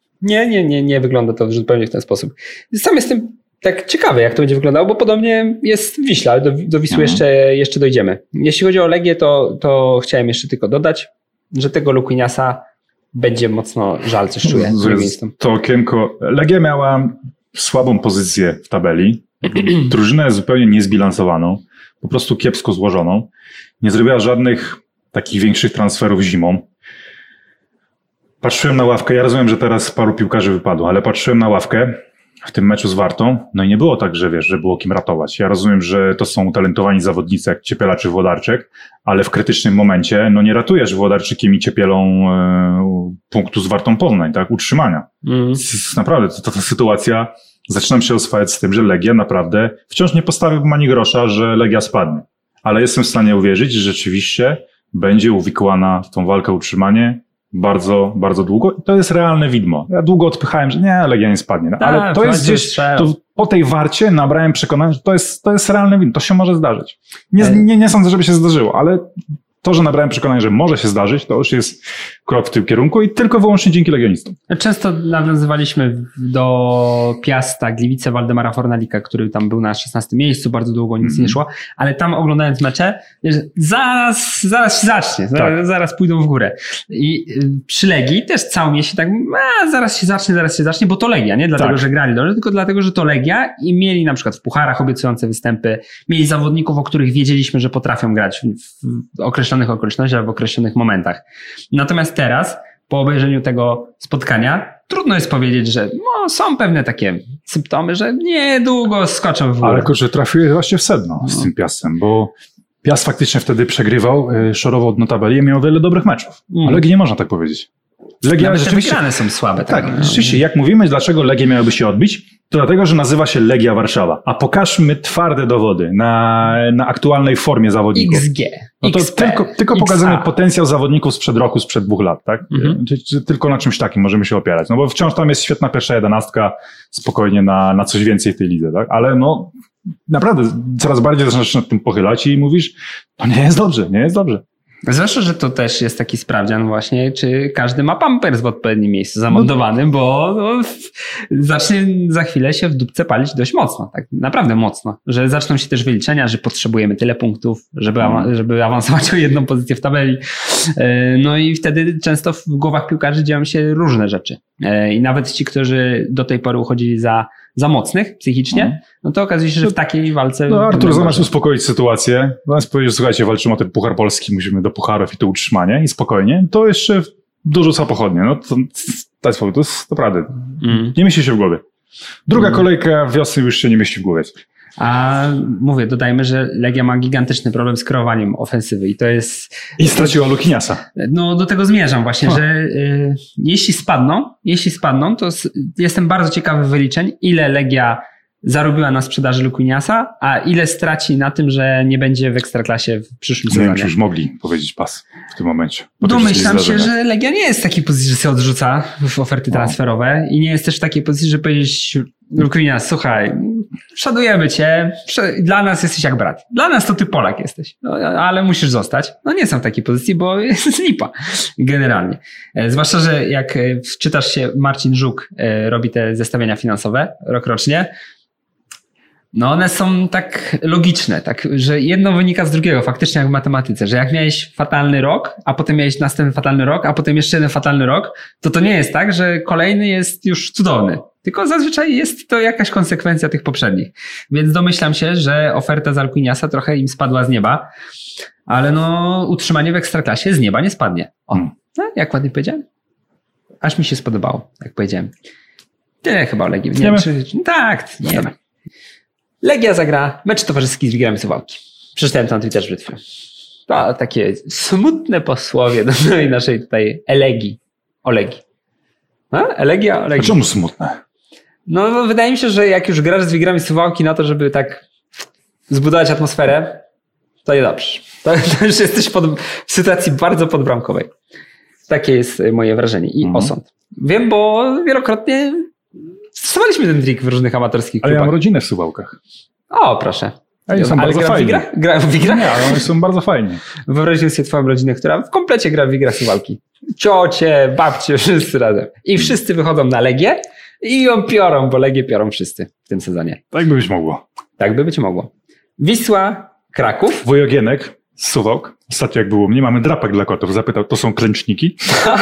nie wygląda to zupełnie w ten sposób. Sam jestem tak ciekawy, jak to będzie wyglądało, bo podobnie jest w Wiśle, ale do Wisły jeszcze dojdziemy. Jeśli chodzi o Legię, to chciałem jeszcze tylko dodać, że tego Luquiniasa będzie mocno żal, coś czuję. To okienko. Legia miała słabą pozycję w tabeli. Drużynę zupełnie niezbilansowaną, po prostu kiepsko złożoną. Nie zrobiła żadnych takich większych transferów zimą. Patrzyłem na ławkę, ja rozumiem, że teraz paru piłkarzy wypadło, ale patrzyłem na ławkę w tym meczu z Wartą, no i nie było tak, że że było kim ratować. Ja rozumiem, że to są utalentowani zawodnicy jak Ciepiela czy Włodarczyk, ale w krytycznym momencie, nie ratujesz Włodarczykiem i Ciepielą punktu z Wartą Poznań, tak, utrzymania. Naprawdę, ta sytuacja, zaczynam się oswajać z tym, że Legia naprawdę wciąż nie postawił ani grosza, że Legia spadnie. Ale jestem w stanie uwierzyć, że rzeczywiście będzie uwikłana w tą walkę o utrzymanie bardzo, bardzo długo i to jest realne widmo. Ja długo odpychałem, że nie, Legia nie spadnie. Ale to jest gdzieś, po tej Warcie nabrałem przekonania, że to jest realne widmo. To się może zdarzyć. Nie sądzę, żeby się zdarzyło, ale to, że nabrałem przekonania, że może się zdarzyć, to już jest krok w tym kierunku i tylko wyłącznie dzięki legionistom. Często nawiązywaliśmy do Piasta, Gliwice, Waldemara Fornalika, który tam był na 16 miejscu, bardzo długo nic nie szło, ale tam oglądając mecze, zaraz się zacznie, zaraz pójdą w górę. I przy Legii też cały mnie się tak, zaraz się zacznie, bo to Legia, nie dlatego, że grali dobrze, tylko dlatego, że to Legia i mieli na przykład w pucharach obiecujące występy, mieli zawodników, o których wiedzieliśmy, że potrafią grać w określonych okolicznościach, w określonych momentach. Natomiast teraz, po obejrzeniu tego spotkania, trudno jest powiedzieć, że są pewne takie symptomy, że niedługo skoczą w górę. Ale kurczę, trafiłeś właśnie w sedno z tym Piastem, bo Piast faktycznie wtedy przegrywał, szorował na tabeli i miał wiele dobrych meczów. Ale Legii nie można tak powiedzieć. Legia nawet rzeczywiście, te wygrane są słabe. Tak, rzeczywiście. Jak mówimy, dlaczego Legia miałaby się odbić, to dlatego, że nazywa się Legia Warszawa. A pokażmy twarde dowody na aktualnej formie zawodników. XG. No to tylko pokazujemy potencjał zawodników sprzed roku, sprzed 2 lat, tak? Tylko na czymś takim możemy się opierać. No bo wciąż tam jest świetna pierwsza 11, spokojnie na coś więcej w tej lidze, tak? Ale naprawdę coraz bardziej zaczynasz nad tym pochylać i mówisz, to nie jest dobrze. Zwłaszcza, że to też jest taki sprawdzian właśnie, czy każdy ma pampers w odpowiednim miejscu zamontowanym, bo zacznie za chwilę się w dupce palić dość mocno, tak naprawdę mocno, że zaczną się też wyliczenia, że potrzebujemy tyle punktów, żeby awansować o jedną pozycję w tabeli. No i wtedy często w głowach piłkarzy dzieją się różne rzeczy. I nawet ci, którzy do tej pory uchodzili za mocnych psychicznie, no to okazuje się, że w takiej walce... Artur, zamiast uspokoić sytuację, zamiast powiedzieć, słuchajcie, walczymy o ten Puchar Polski, musimy do pucharów i to utrzymanie i spokojnie, to jeszcze dużo pochodnie. No to jest naprawdę. Nie mieści się w głowie. Druga kolejka wiosny już się nie mieści w głowie. A dodajmy, że Legia ma gigantyczny problem z kreowaniem ofensywy i to jest... I straciła Luquiniasa. No do tego zmierzam właśnie, że jeśli spadną, to jestem bardzo ciekawy wyliczeń, ile Legia zarobiła na sprzedaży Luquiniasa, a ile straci na tym, że nie będzie w Ekstraklasie w przyszłym Nie sezonie. wiem, czy już mogli powiedzieć pas w tym momencie. Domyślam się, że Legia nie jest w takiej pozycji, że się odrzuca w oferty transferowe i nie jest też w takiej pozycji, że powiedzieć Luquinias, słuchaj, szanujemy cię, dla nas jesteś jak brat. Dla nas to ty Polak jesteś, no, ale musisz zostać. No nie są w takiej pozycji, bo jest lipa generalnie. Zwłaszcza, że jak wczytasz się, Marcin Żuk robi te zestawienia finansowe rokrocznie, no one są tak logiczne, tak, że jedno wynika z drugiego, faktycznie jak w matematyce, że jak miałeś fatalny rok, a potem miałeś następny fatalny rok, a potem jeszcze jeden fatalny rok, to nie jest tak, że kolejny jest już cudowny. Tylko zazwyczaj jest to jakaś konsekwencja tych poprzednich. Więc domyślam się, że oferta z Luquiniasa trochę im spadła z nieba, ale no utrzymanie w Ekstraklasie z nieba nie spadnie. No, jak ładnie powiedziałem? Aż mi się spodobało, jak powiedziałem. Tyle chyba o Legii. Tak, nie. Legia zagra mecz towarzyski z Wigrami Suwałki. Przeczytałem to na Twitterze przed chwilą. To takie smutne posłowie do naszej tutaj elegii. Olegi. Elegia, Olegi. A czemu smutne? No wydaje mi się, że jak już grasz z Wigrami Suwałki na to, żeby tak zbudować atmosferę, to niedobrze. To już jesteś w sytuacji bardzo podbramkowej. Takie jest moje wrażenie i osąd. Wiem, bo wielokrotnie stosowaliśmy ten trik w różnych amatorskich klubach. Ale ja mam rodzinę w Suwałkach. O, proszę. Ale są bardzo fajni. Gra w Wigra? Nie, ale oni są bardzo fajni. Wyobraźmy sobie twoją rodzinę, która w komplecie gra w Wigra Suwałki. Ciocie, babcie, wszyscy razem. I wszyscy wychodzą na Legię i ją piorą, bo Legię piorą wszyscy w tym sezonie. Tak by być mogło. Tak by być mogło. Wisła, Kraków. Wojogienek z Suwałk. Ostatnio jak było u mnie, mamy drapek dla kotów. Zapytał, to są klęczniki?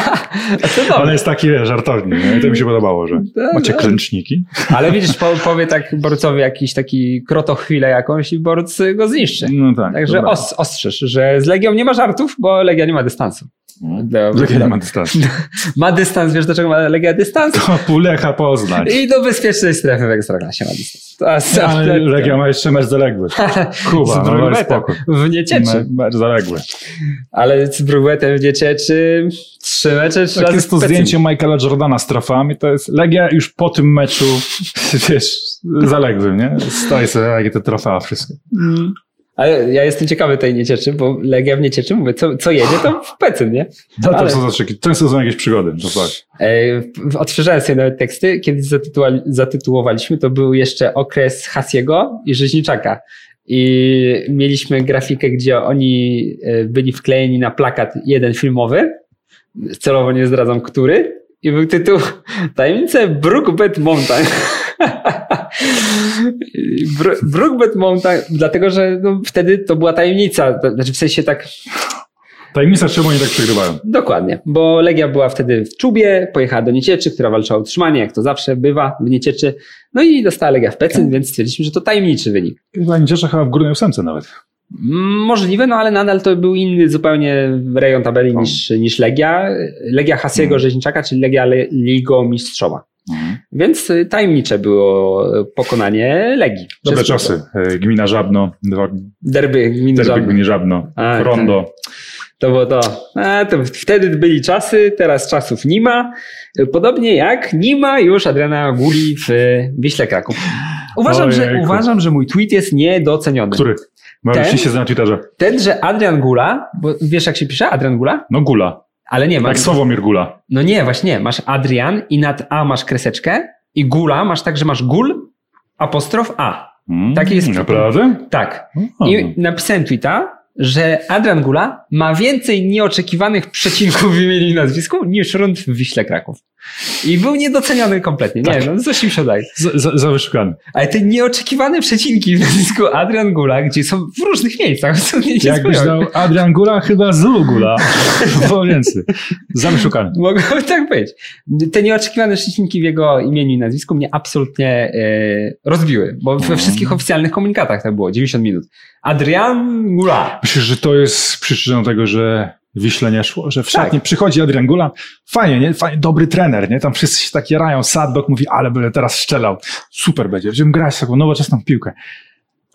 Ale jest taki, żartowny. Nie? To mi się podobało, że macie klęczniki. Ale widzisz, powie tak Borucowi jakiś taki krotochwilę jakąś i Boruc go zniszczy. No tak. Także ostrzeż, że z Legią nie ma żartów, bo Legia nie ma dystansu. Legia nie ma dystansu. Ma dystans, wiesz do czego ma Legia dystans? To Pulecha Poznań. I do bezpiecznej strefy w Ekstraklasie ma dystans. Ale Legia ma jeszcze mecz zaległy. Kuba, no spokój. W Niecieczy. Mecz zaległy. Ale z Brugwetem w Niecieczy 3 mecze, 3 razy. Jak jest to zdjęcie Michaela Jordana z trofeami, to jest Legia już po tym meczu, wiesz, zaległy, nie? Stoi sobie jakie te trofea wszystkie. Ale ja jestem ciekawy tej Niecieczy, bo Legia w Niecieczy, mówię, co jedzie, to w Pecyn, nie? No to są często są jakieś przygody, to coś. Odświeżałem sobie nawet teksty, kiedy zatytułowaliśmy, to był jeszcze okres Hasiego i Rzeźniczaka. I mieliśmy grafikę, gdzie oni byli wklejeni na plakat jeden filmowy, celowo nie zdradzam który, i był tytuł Tajemnice Brookbet Mountain. Brookbet Mountain, dlatego że no, wtedy to była tajemnica, znaczy w sensie tak... Tajemnica, czemu oni tak przegrywają. Dokładnie, bo Legia była wtedy w Czubie, pojechała do Niecieczy, która walczyła o utrzymanie, jak to zawsze bywa w Niecieczy, no i dostała Legia w Pecyn, więc stwierdziliśmy, że to tajemniczy wynik. Nieciecza chyba w górnej ósemce nawet. Możliwe, no ale nadal to był inny zupełnie rejon tabeli niż Legia. Legia Hasiego Rzeźniczaka, czyli Legia Ligomistrzowa. Więc tajemnicze było pokonanie Legii. Dobre czasy. Gmina Żabno. Derby Gminy Żabno. Rondo. To było to. To wtedy byli czasy, teraz czasów nie ma. Podobnie jak nie ma już Adriana Guli w Wiśle Kraków. Uważam, że mój tweet jest niedoceniony. Który? Bo się na Twitterze. Ten, że Adrian Gula, bo wiesz jak się pisze? Adrian Gula? No Gula. Ale nie, jak Sławomir Gula. No nie, właśnie, masz Adrian i nad A masz kreseczkę i Gula masz tak, że masz Gul, apostrof A. Taki jest. Naprawdę? Tak. I napisałem tweeta, że Adrian Gula ma więcej nieoczekiwanych przecinków w imieniu i nazwisku niż rund w Wiśle Kraków. I był niedoceniony kompletnie. Nie, tak. No coś im się daje. Za wyszukany. Ale te nieoczekiwane przecinki w nazwisku Adrian Gula, gdzie są w różnych miejscach. Jakbyś dał Adrian Gula, chyba Zulu Gula. Było więcej. Za wyszukany. Mogłoby tak być. Te nieoczekiwane przecinki w jego imieniu i nazwisku mnie absolutnie rozbiły, bo we wszystkich oficjalnych komunikatach tak było. 90 minut. Adrian Gula. Myślisz, że to jest przyczyną tego, że Wiśle nie szło, że w szatni przychodzi Adrian Gula, fajnie, nie? Fajnie, dobry trener, nie? Tam wszyscy się tak jarają, Sadok mówi, ale będę teraz strzelał, super będzie, będziemy grać taką nowoczesną piłkę.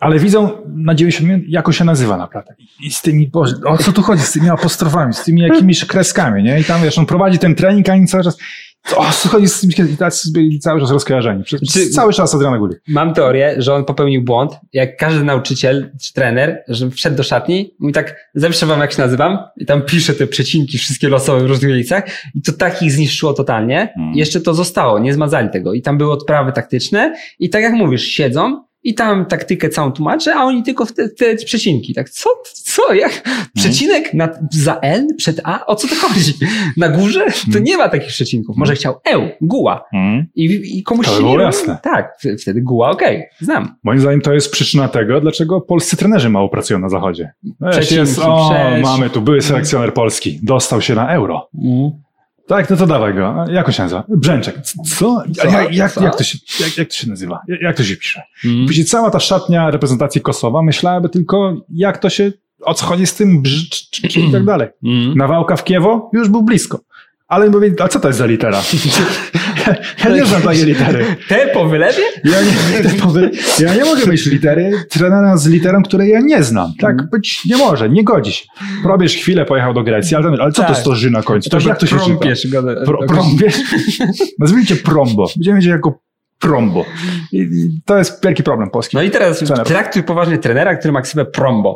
ale widzą na 90 jako się nazywa naprawdę. I z tymi, Boże, o co tu chodzi? Z tymi apostrofami, z tymi jakimiś kreskami, nie? I tam, wiesz, on prowadzi ten trening, a oni cały czas, o co chodzi z tymi kreskami? I tacy byli cały czas rozkojarzeni. Cały czas Adriana Guli. Mam teorię, że on popełnił błąd, jak każdy nauczyciel czy trener, że wszedł do szatni, mówi tak, zawsze wam jak się nazywam, i tam pisze te przecinki wszystkie losowe w różnych miejscach i to tak ich zniszczyło totalnie. Jeszcze to zostało, nie zmazali tego. I tam były odprawy taktyczne i tak jak mówisz, siedzą i tam taktykę całą tłumaczę, a oni tylko w te przecinki. Tak, co? Jak? Przecinek za L przed A? O co to chodzi? Na górze? To nie ma takich przecinków. Może chciał guła. I komuś to się było jasne. Tak, wtedy guła, okej, znam. Moim zdaniem to jest przyczyna tego, dlaczego polscy trenerzy mało pracują na zachodzie. Mamy tu, były selekcjoner polski, dostał się na Euro. Tak, no to dawaj go. Jak on się nazywa? Brzęczek. Co? Jak to się nazywa? Jak to się pisze? Później cała ta szatnia reprezentacji Kosowa myślałaby tylko, jak to się, o co chodzi z tym i tak dalej. Nawałka w Kiewo już był blisko. Ale mi powiedzieli, a co to jest za litera? Ja nie znam takiej litery. Te po wylewie? Ja nie mogę mieć litery, trenera z literą, której ja nie znam. Tak być nie może, nie godzi się. Probierz chwilę pojechał do Grecji, ale co to jest to Ży na końcu? Jak to się czyta? Prąbiesz? Nazwijcie Prombo. Będziemy mieć jako Prombo. I to jest wielki problem polski. No i teraz traktuj poważnie trenera, który ma ksywę Prombo.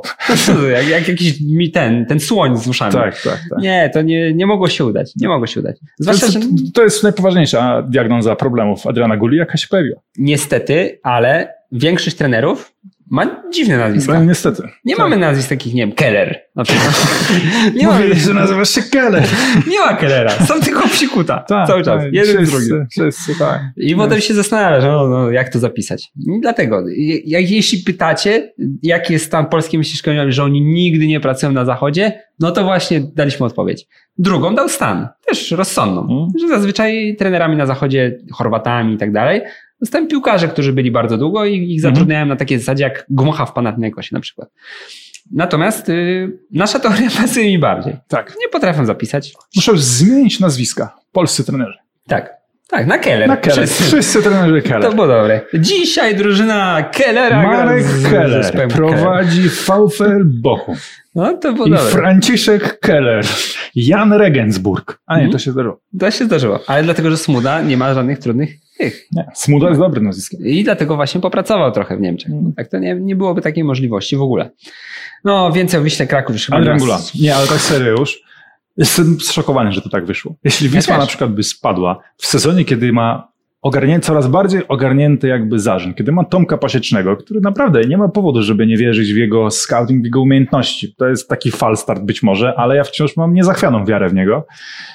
jak jakiś ten słoń z uszami. Tak. Nie, to nie mogło się udać. Nie mogło się udać. Zwłaszcza, że... To jest najpoważniejsza diagnoza problemów Adriana Guli, jaka się pojawiła. Niestety, ale większość trenerów ma dziwne nazwiska. No, niestety. Nie mamy nazwisk takich, nie wiem, Keller na przykład. Mówili, że nazywasz się Keller. Nie ma Kellera. Są tylko psikuta. Cały czas. Jeden z drugim. Wszyscy, tak. I potem się zastanawia, że jak to zapisać. I dlatego, jeśli pytacie, jaki jest stan polskiej myśli szkoleniowej, że oni nigdy nie pracują na zachodzie, no to właśnie daliśmy odpowiedź. Drugą dał stan. Też rozsądną. Że zazwyczaj trenerami na zachodzie, Chorwatami i tak dalej, dostałem piłkarze, którzy byli bardzo długo i ich zatrudniałem na takiej zasadzie jak Gmocha w Panathinaikosie na przykład. Natomiast nasza teoria pasuje mi bardziej. Tak. Nie potrafię zapisać. Muszę zmienić nazwiska. Polscy trenerzy. Tak, na Keller. Na Keller. Wszyscy trenerzy Keller. To było dobre. Dzisiaj drużyna Kellera. Marek Keller prowadzi VfL Bochum. No to było I dobre. Franciszek Keller. Jan Regensburg. A nie, to się zdarzyło. To się zdarzyło. Ale dlatego, że Smuda nie ma żadnych trudnych tych. Nie, Smuda jest dobrym nazwiskiem. I dlatego właśnie popracował trochę w Niemczech. Tak to nie byłoby takiej możliwości w ogóle. No, więcej o Wiśle Kraków już chyba Adrian Gula. Nie, ale tak serio już. Jestem zszokowany, że to tak wyszło. Jeśli Wisła na przykład by spadła w sezonie, kiedy ma coraz bardziej ogarnięty jakby zarząd, kiedy ma Tomka Pasiecznego, który naprawdę nie ma powodu, żeby nie wierzyć w jego scouting, w jego umiejętności. To jest taki falstart być może, ale ja wciąż mam niezachwianą wiarę w niego,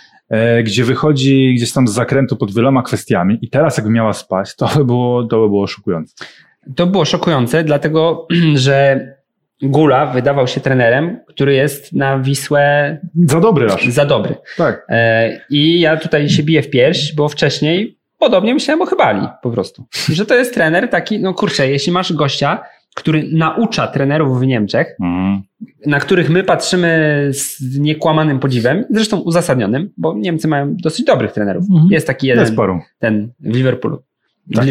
gdzie wychodzi gdzieś tam z zakrętu pod wieloma kwestiami i teraz jakby miała spaść, to by było szokujące. To było szokujące, dlatego, że Gula wydawał się trenerem, który jest na Wisłę za dobry. Tak. I ja tutaj się biję w pierś, bo wcześniej podobnie myślałem o Chybali po prostu. Że to jest trener taki, no kurczę, jeśli masz gościa, który naucza trenerów w Niemczech, na których my patrzymy z niekłamanym podziwem, zresztą uzasadnionym, bo Niemcy mają dosyć dobrych trenerów. Jest taki jeden, ten w Liverpoolu. Tak.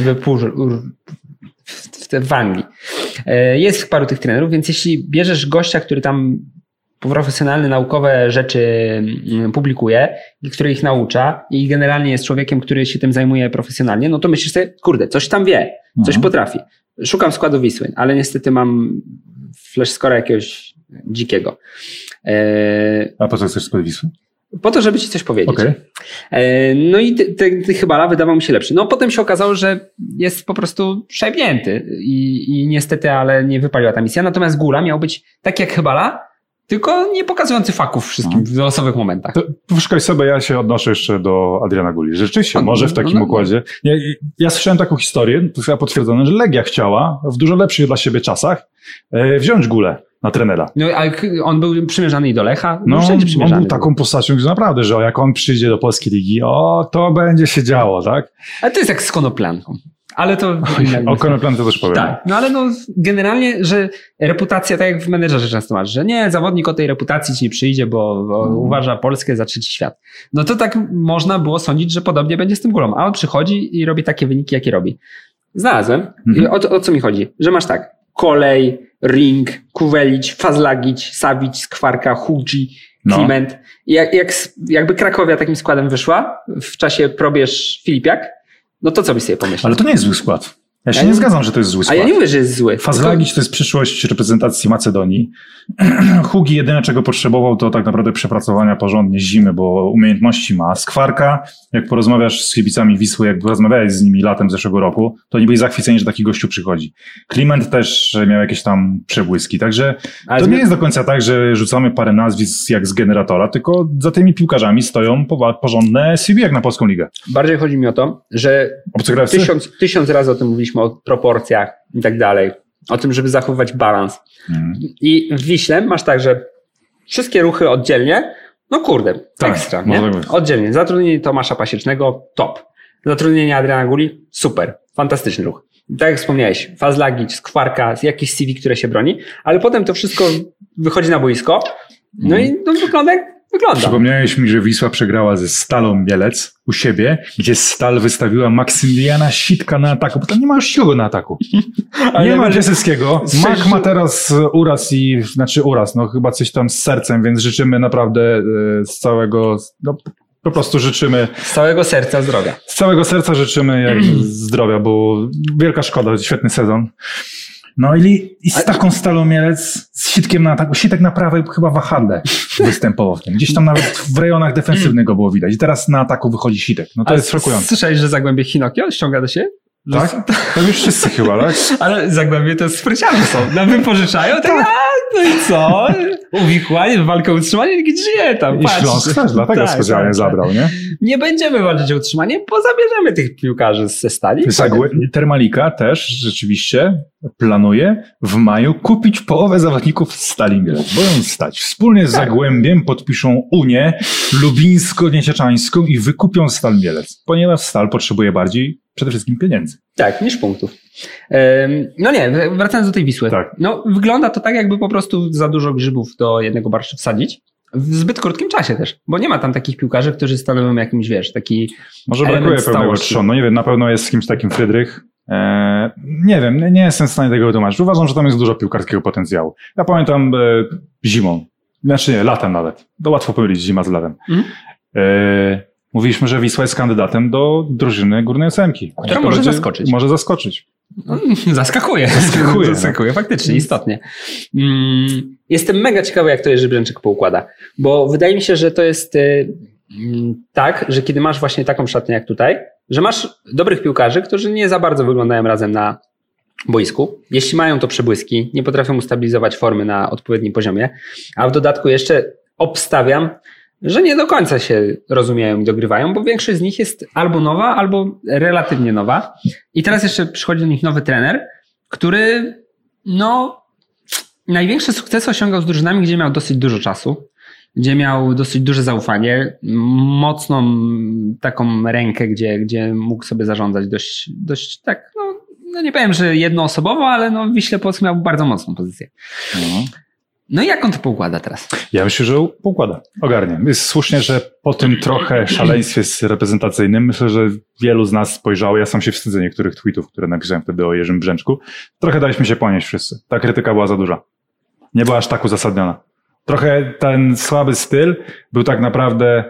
W Anglii. Jest paru tych trenerów, więc jeśli bierzesz gościa, który tam profesjonalne, naukowe rzeczy publikuje i który ich naucza i generalnie jest człowiekiem, który się tym zajmuje profesjonalnie, no to myślisz sobie, kurde, coś tam wie, coś potrafi. Szukam składu Wisły, ale niestety mam flash score jakiegoś dzikiego. A po co chcesz skład Wisły? Po to, żeby ci coś powiedzieć. Okay. No i Chybala wydawał mi się lepszy. No potem się okazało, że jest po prostu szajbnięty i niestety, ale nie wypaliła ta misja. Natomiast Gula miał być tak jak Chybala, tylko nie pokazujący faków wszystkim w losowych momentach. Poszukaj sobie, ja się odnoszę jeszcze do Adriana Guli. Rzeczywiście, może w takim układzie. Ja słyszałem taką historię, to chyba potwierdzone, że Legia chciała w dużo lepszych dla siebie czasach wziąć Gulę na trenera. No, ale on był przymierzany i do Lecha? No, on był taką postacią, że naprawdę, że jak on przyjdzie do Polskiej Ligi, to będzie się działo, tak? Ale to jest jak z Konoplanką. Ale to... O Konoplance też powiem. Tak, no ale generalnie, że reputacja, tak jak w menedżerze często masz, że nie, zawodnik o tej reputacji ci nie przyjdzie, bo uważa Polskę za trzeci świat. No to tak można było sądzić, że podobnie będzie z tym Gulą. A on przychodzi i robi takie wyniki, jakie robi. Znalazłem. I o co mi chodzi? Że masz tak, Kolej, Ring, Kuwelić, Fazlagić, Sawić, Skwarka, Hudzi, Kliment. Jakby Krakowia takim składem wyszła w czasie Probierz, Filipiak, no to co byś sobie pomyślał? Ale to nie jest zły skład. Ja się nie zgadzam, że to jest zły skład. A ja nie mówię, że jest zły. Fazlagić to jest przyszłość reprezentacji Macedonii. Hugi jedyne, czego potrzebował, to tak naprawdę przepracowania porządnie zimy, bo umiejętności ma. Skwarka, jak porozmawiasz z kibicami Wisły, jak rozmawiałeś z nimi latem zeszłego roku, to oni byli zachwyceni, że taki gościu przychodzi. Kliment też miał jakieś tam przebłyski, także to nie jest do końca tak, że rzucamy parę nazwisk jak z generatora, tylko za tymi piłkarzami stoją porządne CV jak na Polską Ligę. Bardziej chodzi mi o to, że tysiąc razy o tym mówiliśmy, o proporcjach i tak dalej, o tym, żeby zachowywać balans. I w Wiśle masz tak, że wszystkie ruchy oddzielnie, no kurde, tak, ekstra, nie? Oddzielnie. Zatrudnienie Tomasza Pasiecznego, top. Zatrudnienie Adriana Guli, super, fantastyczny ruch. Tak jak wspomniałeś, Fazlagić, Skwarka, jakieś CV, które się broni, ale potem to wszystko wychodzi na boisko, no i to wygląda jak wygląda. Przypomniałeś mi, że Wisła przegrała ze Stalą Mielec u siebie, gdzie Stal wystawiła Maksymiliana Sitka na ataku, bo tam nie ma już nikogo na ataku. Nie ma Piaseckiego. Mak ma teraz uraz, no chyba coś tam z sercem, więc życzymy naprawdę z całego, no po prostu życzymy. Z całego serca zdrowia. Z całego serca życzymy zdrowia, bo wielka szkoda, świetny sezon. No i z taką Stalą Mielec, z Sitkiem na ataku. Sitek na prawej chyba wahadle występował w tym. Gdzieś tam nawet w rejonach defensywnych go było widać. I teraz na ataku wychodzi Sitek. No to jest szokujące. Słyszałeś, że Zagłębie Hinokio ściąga do siebie? Tak? To już wszyscy chyba, tak? Ale Zagłębie to spryciarze są. Nam wypożyczają, tak, no i co? Uwikłanie w walkę o utrzymanie, gdzie żyje tam. I Śląsk też dlatego specjalnie zabrał, nie? Nie będziemy walczyć o utrzymanie, bo zabierzemy tych piłkarzy ze Stali. Termalika też rzeczywiście planuje w maju kupić połowę zawodników z Stali Mielec. Boją stać. Wspólnie z Zagłębiem podpiszą Unię Lubińsko-Niecieczańską i wykupią Stal Mielec, ponieważ Stal potrzebuje bardziej przede wszystkim pieniędzy. Tak, niż punktów. No nie, wracając do tej Wisły. Tak. No, wygląda to tak, jakby po prostu za dużo grzybów do jednego barszczu wsadzić. W zbyt krótkim czasie też, bo nie ma tam takich piłkarzy, którzy stanowią jakimś, wiesz, taki może brakuje pewnego trzonu. No nie wiem, na pewno jest z kimś takim Frydrych. Nie wiem, nie jestem w stanie tego wytłumaczyć. Uważam, że tam jest dużo piłkarskiego potencjału. Ja pamiętam zimą, znaczy nie, latem nawet. To łatwo pomylić zima z latem. Mówiliśmy, że Wisła jest kandydatem do drużyny Górnej Ósemki. Która może zaskoczyć. Może zaskoczyć. Zaskakuje, faktycznie, istotnie. Jestem mega ciekawy, jak to Jerzy Brzęczyk poukłada, bo wydaje mi się, że to jest tak, że kiedy masz właśnie taką szatnię jak tutaj, że masz dobrych piłkarzy, którzy nie za bardzo wyglądają razem na boisku. Jeśli mają to przebłyski, nie potrafią ustabilizować formy na odpowiednim poziomie, a w dodatku jeszcze obstawiam, że nie do końca się rozumieją i dogrywają, bo większość z nich jest albo nowa, albo relatywnie nowa. I teraz jeszcze przychodzi do nich nowy trener, który największe sukcesy osiągał z drużynami, gdzie miał dosyć dużo czasu, gdzie miał dosyć duże zaufanie, mocną taką rękę, gdzie mógł sobie zarządzać dość tak, no nie powiem, że jednoosobowo, ale w Wiśle Płock miał bardzo mocną pozycję. No i jak on to poukłada teraz? Ja myślę, że poukłada. Ogarnie. Jest słusznie, że po tym trochę szaleństwie reprezentacyjnym, myślę, że wielu z nas spojrzało, ja sam się wstydzę niektórych tweetów, które napisałem wtedy o Jerzym Brzęczku. Trochę daliśmy się ponieść wszyscy. Ta krytyka była za duża. Nie była aż tak uzasadniona. Trochę ten słaby styl był tak naprawdę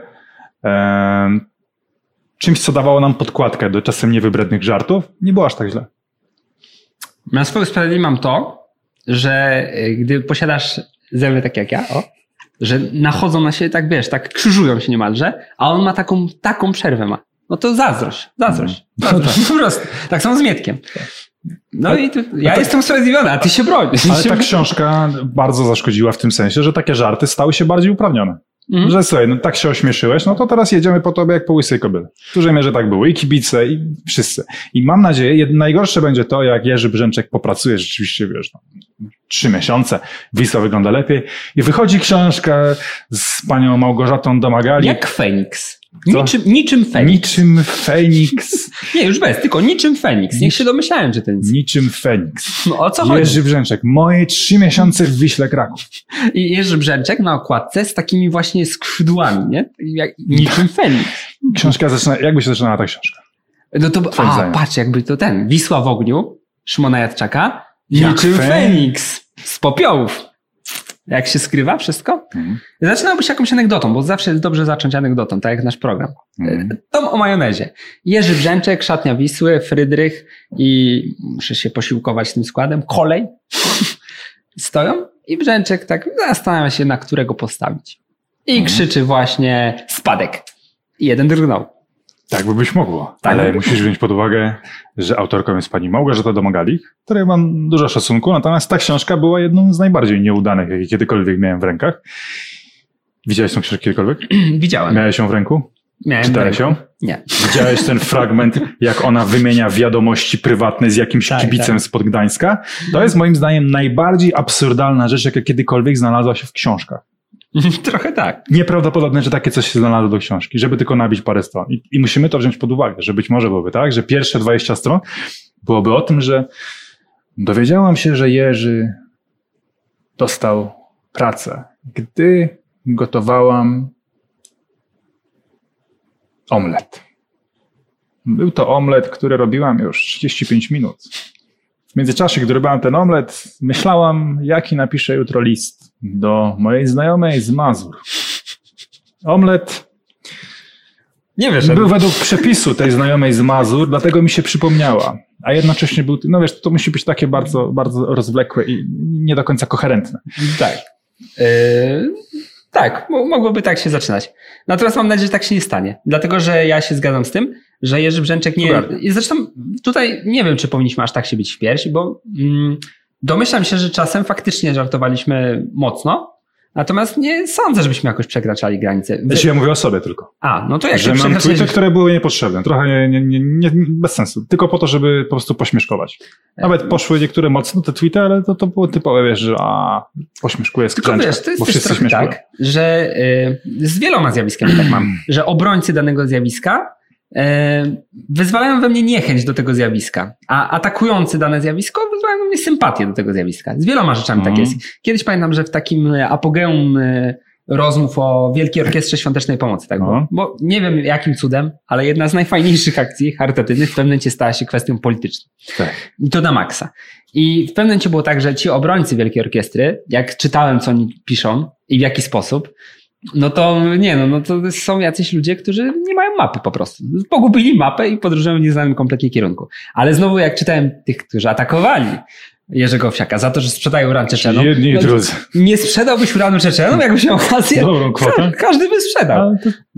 czymś, co dawało nam podkładkę do czasem niewybrednych żartów. Nie było aż tak źle. Na swoje usprawiedliwienie mam to, że gdy posiadasz zęby takie jak ja, że nachodzą na siebie tak, wiesz, tak krzyżują się niemalże, a on ma taką przerwę ma. No to zazdrość. Po prostu. Tak samo z Mietkiem. No i ja jestem usprawiedliwiony, a ty się bronisz. Ale ta książka bardzo zaszkodziła w tym sensie, że takie żarty stały się bardziej uprawnione. Że słuchaj, tak się ośmieszyłeś, no to teraz jedziemy po tobie jak po łysej kobyle. W dużej mierze tak było. I kibice, i wszyscy. I mam nadzieję, najgorsze będzie to, jak Jerzy Brzęczek popracuje rzeczywiście, wiesz, 3 miesiące, Wisła wygląda lepiej i wychodzi książka z panią Małgorzatą Domagalik. Jak Feniks. Niczym Feniks. Niczym Feniks. Nie, już bez, tylko niczym Feniks. Niech się domyślałem, że ten... Niczym Feniks. No o co chodzi? Jerzy Brzęczek. Moje 3 miesiące w Wiśle Kraków. I Jerzy Brzęczek na okładce z takimi właśnie skrzydłami, nie? Niczym Feniks. Książka jakby się zaczynała ta książka? No to, patrz, jakby to Wisła w ogniu, Szymona Jadczaka, Niczym Feniks z popiołów. Jak się skrywa wszystko? Zaczynałby się jakąś anegdotą, bo zawsze jest dobrze zacząć anegdotą, tak jak nasz program. Tom o majonezie. Jerzy Brzęczek, Szatnia Wisły, Frydrych i muszę się posiłkować tym składem, Kolej stoją i Brzęczek tak zastanawia się, na którego postawić. I krzyczy właśnie spadek. I jeden drgnął. Tak by być mogło, ale musisz wziąć pod uwagę, że autorką jest pani Małgorzata Domagalik, której mam dużo szacunku, natomiast ta książka była jedną z najbardziej nieudanych, jakie kiedykolwiek miałem w rękach. Widziałeś tą książkę kiedykolwiek? Widziałem. Miałeś ją w ręku? Miałem. Czytałeś ją? Nie. Widziałeś ten fragment, jak ona wymienia wiadomości prywatne z jakimś kibicem spod Gdańska? To jest moim zdaniem najbardziej absurdalna rzecz, jaka kiedykolwiek znalazła się w książkach. Trochę tak. Nieprawdopodobne, że takie coś się znalazło do książki, żeby tylko nabić parę stron. I musimy to wziąć pod uwagę, że być może byłoby tak, że pierwsze 20 stron byłoby o tym, że dowiedziałam się, że Jerzy dostał pracę, gdy gotowałam omlet. Był to omlet, który robiłam już 35 minut. W międzyczasie, gdy robiłam ten omlet, myślałam, jaki napiszę jutro list do mojej znajomej z Mazur. Omlet nie wyszedł. Był według przepisu tej znajomej z Mazur, dlatego mi się przypomniała. A jednocześnie był, no wiesz, to musi być takie bardzo, bardzo rozwlekłe i nie do końca koherentne. Tak. Tak, mogłoby tak się zaczynać. Natomiast mam nadzieję, że tak się nie stanie. Dlatego, że ja się zgadzam z tym, że Jerzy Brzęczek nie... I zresztą tutaj nie wiem, czy powinniśmy aż tak się bić w pierś, bo domyślam się, że czasem faktycznie żartowaliśmy mocno, natomiast nie sądzę, żebyśmy jakoś przekraczali granice. Ja mówię o sobie tylko. No to jak że mam tweety, które były niepotrzebne. Trochę bez sensu. Tylko po to, żeby po prostu pośmieszkować. Nawet poszły niektóre mocno te tweety, ale to było typowe, wiesz, że pośmieszkuję z Brzęczka, wiesz, to jest bo wszyscy śmieszkują. Tak, że z wieloma zjawiskami tak mam, że obrońcy danego zjawiska wyzwalają we mnie niechęć do tego zjawiska, a atakujący dane zjawisko wyzwalają we mnie sympatię do tego zjawiska. Z wieloma rzeczami tak jest. Kiedyś pamiętam, że w takim apogeum rozmów o Wielkiej Orkiestrze Świątecznej Pomocy, tak było. Bo nie wiem jakim cudem, ale jedna z najfajniejszych akcji charytatywnych w pewnym momencie stała się kwestią polityczną. Tak. I to na maksa. I w pewnym momencie było tak, że ci obrońcy Wielkiej Orkiestry, jak czytałem, co oni piszą i w jaki sposób, no to to są jacyś ludzie, którzy nie mają mapy po prostu. Pogubili mapę i podróżują w nieznanym kompletnie kierunku. Ale znowu jak czytałem tych, którzy atakowali Jerzego Owsiaka za to, że sprzedają uran Czeczenom. Jedni i drudzy. Nie sprzedałbyś uranu Czeczenom, jakbyś miał okazję. Dobrą kwotę. Każdy by sprzedał.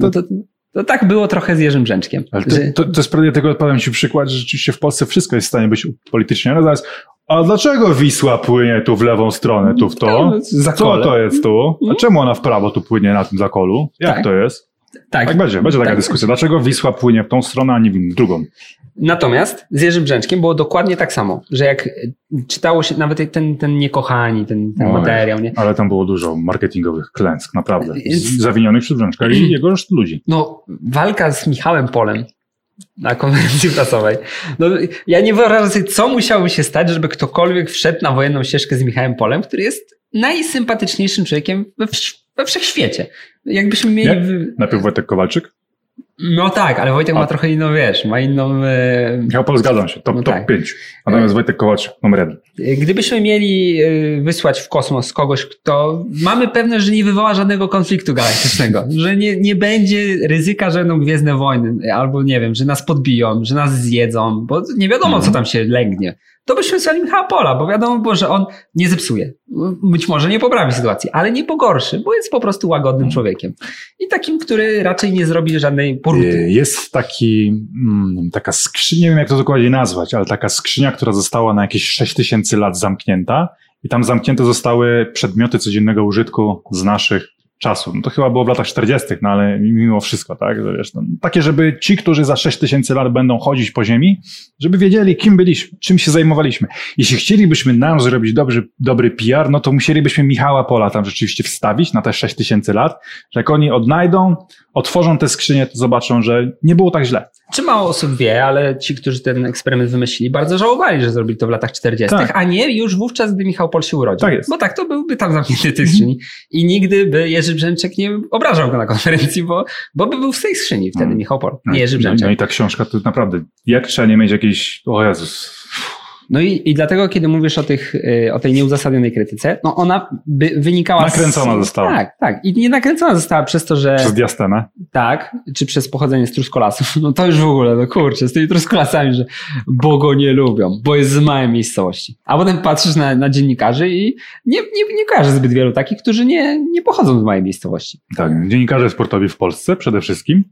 To tak było trochę z Jerzym Brzęczkiem. Ale to jest prawie tego, podam ci przykład, że rzeczywiście w Polsce wszystko jest w stanie być upolitycznione. Zaraz, a dlaczego Wisła płynie tu w lewą stronę, tu w to? Co to jest tu? A czemu ona w prawo tu płynie na tym zakolu? Jak to jest? Tak będzie taka dyskusja. Dlaczego Wisła płynie w tą stronę, a nie w drugą? Natomiast z Jerzym Brzęczkiem było dokładnie tak samo, że jak czytało się nawet ten Niekochani, ten materiał. Nie? Ale tam było dużo marketingowych klęsk, naprawdę. Zawinionych przez Brzęczka i jego reszty ludzi. No, walka z Michałem Polem na konferencji prasowej. No, ja nie wyobrażam sobie, co musiałoby się stać, żeby ktokolwiek wszedł na wojenną ścieżkę z Michałem Polem, który jest najsympatyczniejszym człowiekiem we wszechświecie. Jakbyśmy mieli... Najpierw Wojtek Kowalczyk? No tak, ale Wojtek ma trochę inną, ma inną... Michał Pol, zgadzam się, top 5. Natomiast Wojtek Kowalczyk, numer 1. Gdybyśmy mieli wysłać w kosmos kogoś, kto... Mamy pewność, że nie wywoła żadnego konfliktu galaktycznego, że nie będzie ryzyka, że będą Gwiezdne Wojny, albo nie wiem, że nas podbiją, że nas zjedzą, bo nie wiadomo, co tam się legnie. To byśmy wysłali Michała Pola, bo wiadomo było, że on nie zepsuje. Być może nie poprawi sytuacji, ale nie pogorszy, bo jest po prostu łagodnym człowiekiem. I takim, który raczej nie zrobi żadnej poruty. Jest taka skrzynia, nie wiem jak to dokładnie nazwać, ale taka skrzynia, która została na jakieś 6000 lat zamknięta i tam zamknięte zostały przedmioty codziennego użytku z naszych czasów. No to chyba było w latach 40., no ale mimo wszystko, tak? Wiesz, takie, żeby ci, którzy za 6000 lat będą chodzić po ziemi, żeby wiedzieli, kim byliśmy, czym się zajmowaliśmy. Jeśli chcielibyśmy nam zrobić dobry PR, no to musielibyśmy Michała Pola tam rzeczywiście wstawić na te 6000 lat, że jak oni odnajdą, otworzą te skrzynie, to zobaczą, że nie było tak źle. Czy mało osób wie, ale ci, którzy ten eksperyment wymyślili, bardzo żałowali, że zrobili to w latach 40., a nie już wówczas, gdy Michał Pol się urodził. Tak jest. Bo tak to byłby tam zamknięty w tej skrzyni. I nigdy by Jerzy Brzęczek nie obrażał go na konferencji, bo by był w tej skrzyni wtedy Michał Pol, nie Jerzy Brzęczek. No i ta książka to naprawdę, jak trzeba nie mieć jakiejś, o Jezus, No i dlatego, kiedy mówisz o tej nieuzasadnionej krytyce, no ona wynikała nakręcona została. Tak. I nie nakręcona została przez to, że... Przez Diastenę. Tak, czy przez pochodzenie z Truskolasów. No to już w ogóle, no kurczę, z tymi Truskolasami, że bo go nie lubią, bo jest z małej miejscowości. A potem patrzysz na dziennikarzy i nie kojarzę zbyt wielu takich, którzy nie pochodzą z małej miejscowości. Tak, dziennikarze sportowi w Polsce przede wszystkim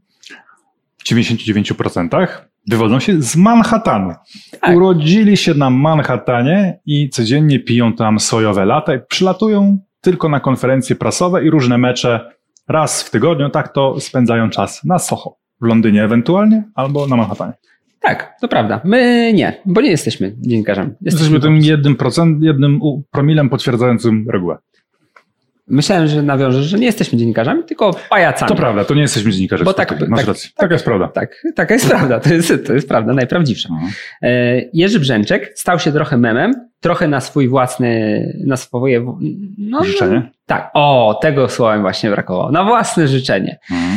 w 99% wywodzą się z Manhattanu. Tak. Urodzili się na Manhattanie i codziennie piją tam sojowe latte. Przylatują tylko na konferencje prasowe i różne mecze raz w tygodniu. Tak to spędzają czas na Soho. W Londynie ewentualnie albo na Manhattanie. Tak, to prawda. My nie, bo nie jesteśmy dziennikarzami. Jesteśmy tym 1% promilem potwierdzającym regułę. Myślałem, że nawiążesz, że nie jesteśmy dziennikarzami, tylko pajacami. To prawda, to nie jesteśmy dziennikarzami. Bo tak, masz rację. Taka jest prawda. Taka jest prawda. To jest prawda, najprawdziwsza. Jerzy Brzęczek stał się trochę memem, trochę na swój własny, na swoje... życzenie? Tak, tego słowa mi właśnie brakowało. Na własne życzenie.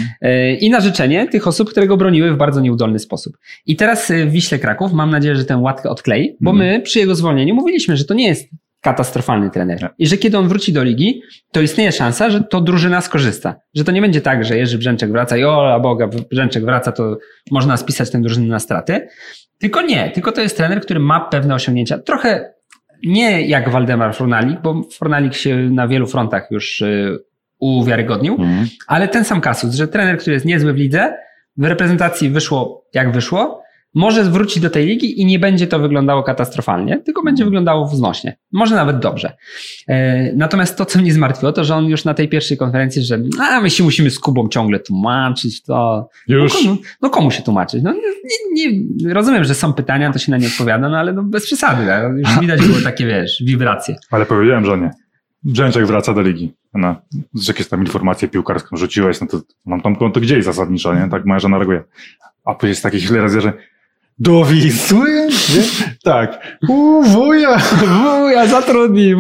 I na życzenie tych osób, które go broniły w bardzo nieudolny sposób. I teraz w Wiśle Kraków mam nadzieję, że tę łatkę odklei, bo my przy jego zwolnieniu mówiliśmy, że to nie jest katastrofalny trener. I że kiedy on wróci do ligi, to istnieje szansa, że to drużyna skorzysta. Że to nie będzie tak, że Jerzy Brzęczek wraca i ola Boga, Brzęczek wraca, to można spisać tę drużynę na straty. Tylko to jest trener, który ma pewne osiągnięcia. Trochę nie jak Waldemar Fornalik, bo Fornalik się na wielu frontach już uwiarygodnił, ale ten sam kasus, że trener, który jest niezły w lidze, w reprezentacji wyszło jak wyszło, może wrócić do tej ligi i nie będzie to wyglądało katastrofalnie, tylko będzie wyglądało wznośnie. Może nawet dobrze. Natomiast to, co mnie zmartwiło, to, że on już na tej pierwszej konferencji, że my się musimy z Kubą ciągle tłumaczyć, to... Już? No komu się tłumaczyć? No, nie, rozumiem, że są pytania, to się na nie odpowiada, no ale bez przesady. Już widać było takie, wibracje. Ale powiedziałem, że nie. Brzęczek wraca do ligi. Jakieś tam informacje piłkarską rzuciłeś, no to mam tam konto gdzieś zasadniczo, nie? Tak moja żona reaguje. A tu jest takich razy, że do Wisły? Nie? Tak. Wuja zatrudnij.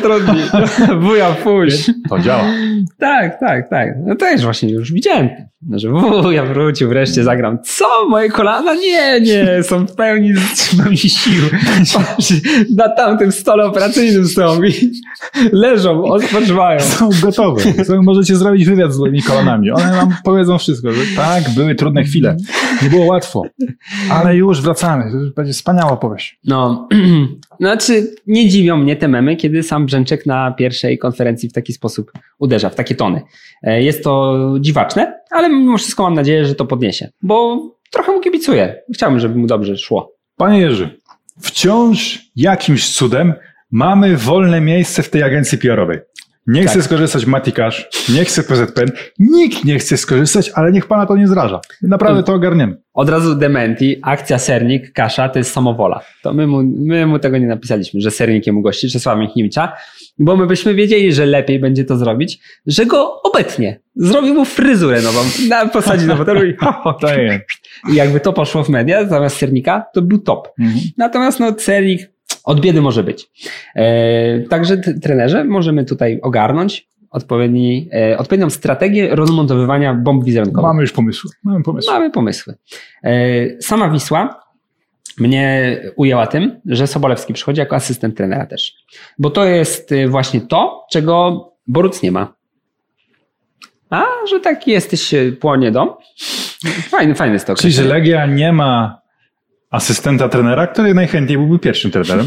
Wuja puść. To działa. Tak. No to już właśnie już widziałem, że wuja wrócił, wreszcie zagram. Co? Moje kolana? Nie, są w pełni sił. Na tamtym stole operacyjnym są i leżą, odpoczywają. Są gotowe. Możecie zrobić wywiad z moimi kolanami. One wam powiedzą wszystko. Że tak, były trudne chwile. Nie było łatwo. Ale już wracamy. To już będzie wspaniała opowieść. No, znaczy nie dziwią mnie te memy, kiedy sam Brzęczek na pierwszej konferencji w taki sposób uderza, w takie tony. Jest to dziwaczne, ale mimo wszystko mam nadzieję, że to podniesie, bo trochę mu kibicuję. Chciałbym, żeby mu dobrze szło. Panie Jerzy, wciąż jakimś cudem mamy wolne miejsce w tej agencji PR-owej. Nie chce skorzystać Mati Cash, nie chce PZPN, nikt nie chce skorzystać, ale niech pana to nie zraża. Naprawdę to ogarniemy. Od razu dementi, akcja Sernik, Kasza to jest samowola. To my mu tego nie napisaliśmy, że Sernikiem ugości Czesława Michniewicza, bo my byśmy wiedzieli, że lepiej będzie to zrobić, że go obetnie. Zrobił mu fryzurę nową, posadzi do fotelu i I jakby to poszło w media zamiast Sernika, to był top. Natomiast Sernik od biedy może być. Także trenerze możemy tutaj ogarnąć odpowiednią strategię rozmontowywania bomb wizerunkowych. Mamy już pomysły. Mamy pomysły. Sama Wisła mnie ujęła tym, że Sobolewski przychodzi jako asystent trenera też. Bo to jest właśnie to, czego Boruc nie ma. A, że taki jesteś płonie dom? Fajny jest to. Czyli, że Legia nie ma asystenta trenera, który najchętniej byłby pierwszym trenerem.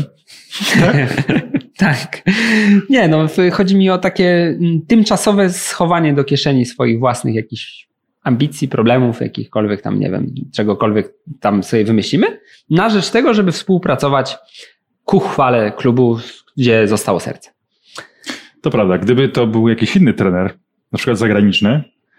Tak. Nie, chodzi mi o takie tymczasowe schowanie do kieszeni swoich własnych jakichś ambicji, problemów, jakichkolwiek tam, nie wiem, czegokolwiek tam sobie wymyślimy, na rzecz tego, żeby współpracować ku chwale klubu, gdzie zostało serce. To prawda. Gdyby to był jakiś inny trener, na przykład zagraniczny,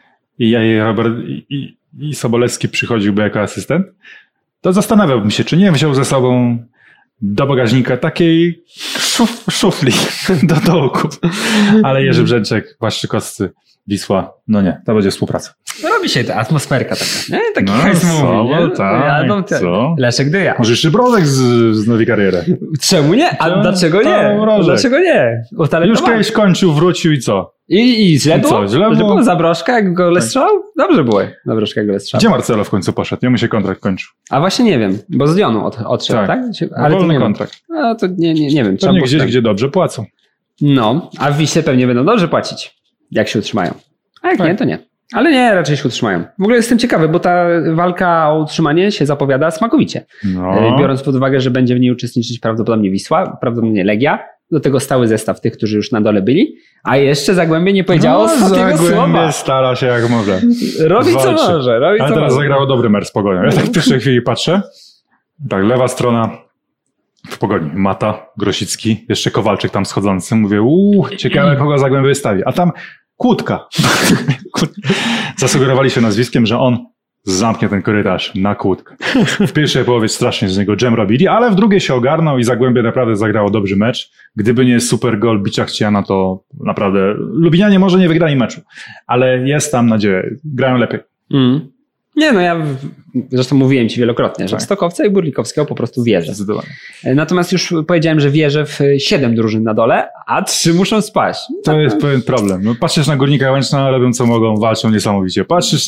i Sobolewski przychodziłby jako asystent, to zastanawiałbym się, czy nie wziął ze sobą do bagażnika takiej szufli do dołku. Ale Jerzy Brzęczek, Błaszczykowscy, Wisła, no nie, to będzie współpraca. robi się ta atmosferka taka, nie? Taki hajs mówi, nie? Tak, co? Leszek Dyja. Może jeszcze Brożek z nowej kariery. Czemu nie? A dlaczego nie? Dlaczego nie? Już kiedyś kończył, wrócił i co? I źle było? Co, źle było? Za Brożka, jak go strzał? Dobrze było. Za Brożka, jak go strzał. Gdzie Marcelo w końcu poszedł? Jemu się kontrakt kończył. A właśnie nie wiem, bo z Lyonu odszedł, tak? Ale wolny kontrakt. No to nie wiem. Pewnie gdzieś, gdzie dobrze płacą. No, a w Wiśle pewnie będą dobrze płacić, jak się utrzymają. A jak nie, to nie. Ale nie, raczej się utrzymają. W ogóle jestem ciekawy, bo ta walka o utrzymanie się zapowiada smakowicie. No. Biorąc pod uwagę, że będzie w niej uczestniczyć prawdopodobnie Wisła, prawdopodobnie Legia, do tego stały zestaw tych, którzy już na dole byli, a jeszcze Zagłębie nie powiedziało ostatniego słowa. Zagłębie stara się jak może. Robi co może. Ale teraz zagrało dobry mecz z Pogonią. Ja tak w pierwszej chwili patrzę, tak lewa strona w Pogoni, Mata, Grosicki, jeszcze Kowalczyk tam schodzący. Mówię, ciekawe kogo Zagłębie wystawi. A tam Kłódka. Zasugerowali się nazwiskiem, że on zamknie ten korytarz na Kłódkę. W pierwszej połowie strasznie z niego dżem robili, ale w drugiej się ogarnął i Zagłębie naprawdę zagrało dobry mecz. Gdyby nie super gol Bicia Chciana, to naprawdę Lublinianie może nie wygrali meczu, ale jest tam nadzieja. Grają lepiej. Nie, no ja zresztą mówiłem ci wielokrotnie, że w Stokowca i Burlikowskiego po prostu wierzę. Zdecydowanie. Natomiast już powiedziałem, że wierzę w 7 drużyn na dole, a 3 muszą spaść. To jest pewien problem. No, patrzysz na Górnika Łęczna, robią co mogą, walczą niesamowicie. Patrzysz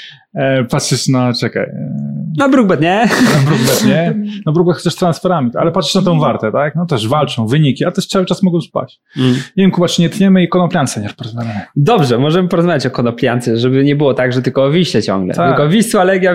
na, czekaj. No Brookbet nie. No Brookbet chcesz transferami, ale patrzysz na tą Wartę, tak? No też walczą, wyniki, a też cały czas mogą spaść. Nie wiem, Kuba, czy nie tniemy i Konopliance nie porozmawiamy. Dobrze, możemy porozmawiać o Konopliance, żeby nie było tak, że tylko o Wiśle ciągle. Tak. Tylko Wisła, Legia.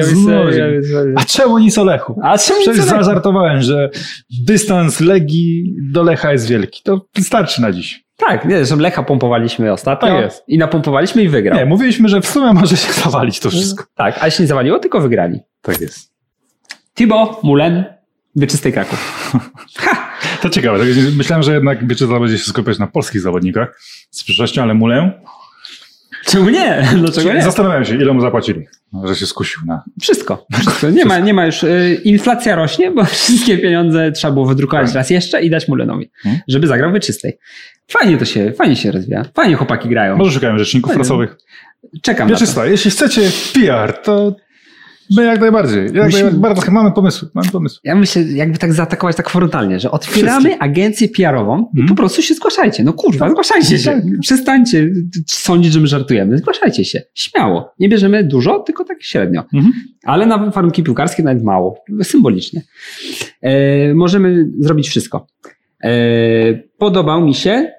A czemu nic o Lechu? Przecież zażartowałem, że dystans Legii do Lecha jest wielki. To wystarczy na dziś. Tak, nie, zresztą Lecha pompowaliśmy ostatnio. Tak jest. I napompowaliśmy i wygrał. Nie, mówiliśmy, że w sumie może się zawalić to wszystko. Tak, ale się nie zawaliło, tylko wygrali. Tak jest. Thibaut Moulin, Wieczystej Kraków. To ciekawe. Myślałem, że jednak Wieczysta będzie się skupiać na polskich zawodnikach z przyszłością, ale Moulin... Czemu nie? Dlaczego nie? Zastanawiałem się, ile mu zapłacili, że się skusił na... Wszystko. Nie ma już... Inflacja rośnie, bo wszystkie pieniądze trzeba było wydrukować raz jeszcze i dać Moulinowi, żeby zagrał Wieczystej. Fajnie się rozwija. Fajnie chłopaki grają. Może szukają rzeczników prasowych. Czekam Wieczysta, jeśli chcecie PR, to my jak najbardziej. Bardzo mamy pomysły. Ja myślę, jakby tak zaatakować tak frontalnie, że otwieramy agencję PR-ową i po prostu się zgłaszajcie. No kurwa, zgłaszajcie się. Przestańcie sądzić, że my żartujemy. Zgłaszajcie się. Śmiało. Nie bierzemy dużo, tylko tak średnio. Ale na warunki piłkarskie nawet mało. Symbolicznie. Możemy zrobić wszystko. Podobał mi się...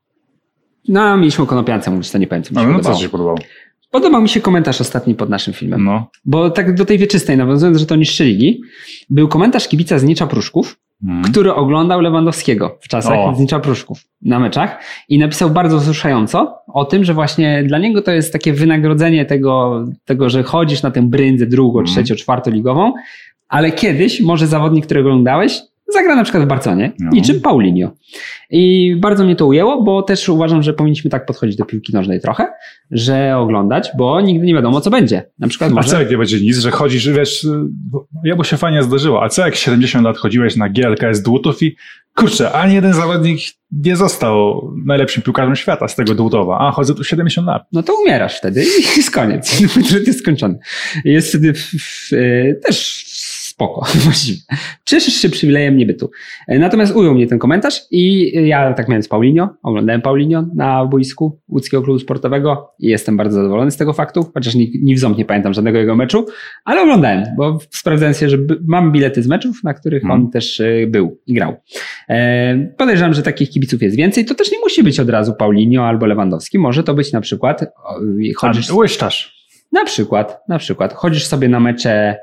No, mieliśmy o Konopliance mówić, to nie pamiętam, co mi się podobało. Co ci się podobało? Podobał mi się komentarz ostatni pod naszym filmem. No. Bo tak do tej Wieczystej, nawiązując, że to oni strzelili, był komentarz kibica z Nicza Pruszków, który oglądał Lewandowskiego w czasach z Nicza Pruszków na meczach i napisał bardzo wzruszająco o tym, że właśnie dla niego to jest takie wynagrodzenie tego że chodzisz na tę bryndzę drugo, trzecio, czwartoligową, ale kiedyś może zawodnik, którego oglądałeś, zagra na przykład w Barcelonie, niczym Paulinho. I bardzo mnie to ujęło, bo też uważam, że powinniśmy tak podchodzić do piłki nożnej trochę, że oglądać, bo nigdy nie wiadomo, co będzie. Na przykład A co jak nie będzie nic, że chodzisz, wiesz, bo się fajnie zdarzyło, a co jak 70 lat chodziłeś na GLKS Dłutów i kurczę, ani jeden zawodnik nie został najlepszym piłkarzem świata z tego Dłutowa, a chodzę tu 70 lat. No to umierasz wtedy i jest koniec. Jest skończony. Jest wtedy też spoko, właściwie. Cieszysz się przywilejem niebytu. Natomiast ujął mnie ten komentarz i ja tak miałem z Paulinho, oglądałem Paulinho na boisku Łódzkiego Klubu Sportowego i jestem bardzo zadowolony z tego faktu, chociaż ni w ząb nie pamiętam żadnego jego meczu, ale oglądałem, bo sprawdzałem się, że mam bilety z meczów, na których on też był i grał. Podejrzewam, że takich kibiców jest więcej. To też nie musi być od razu Paulinho albo Lewandowski. Może to być na przykład Łyszczarz. Na przykład chodzisz sobie na mecze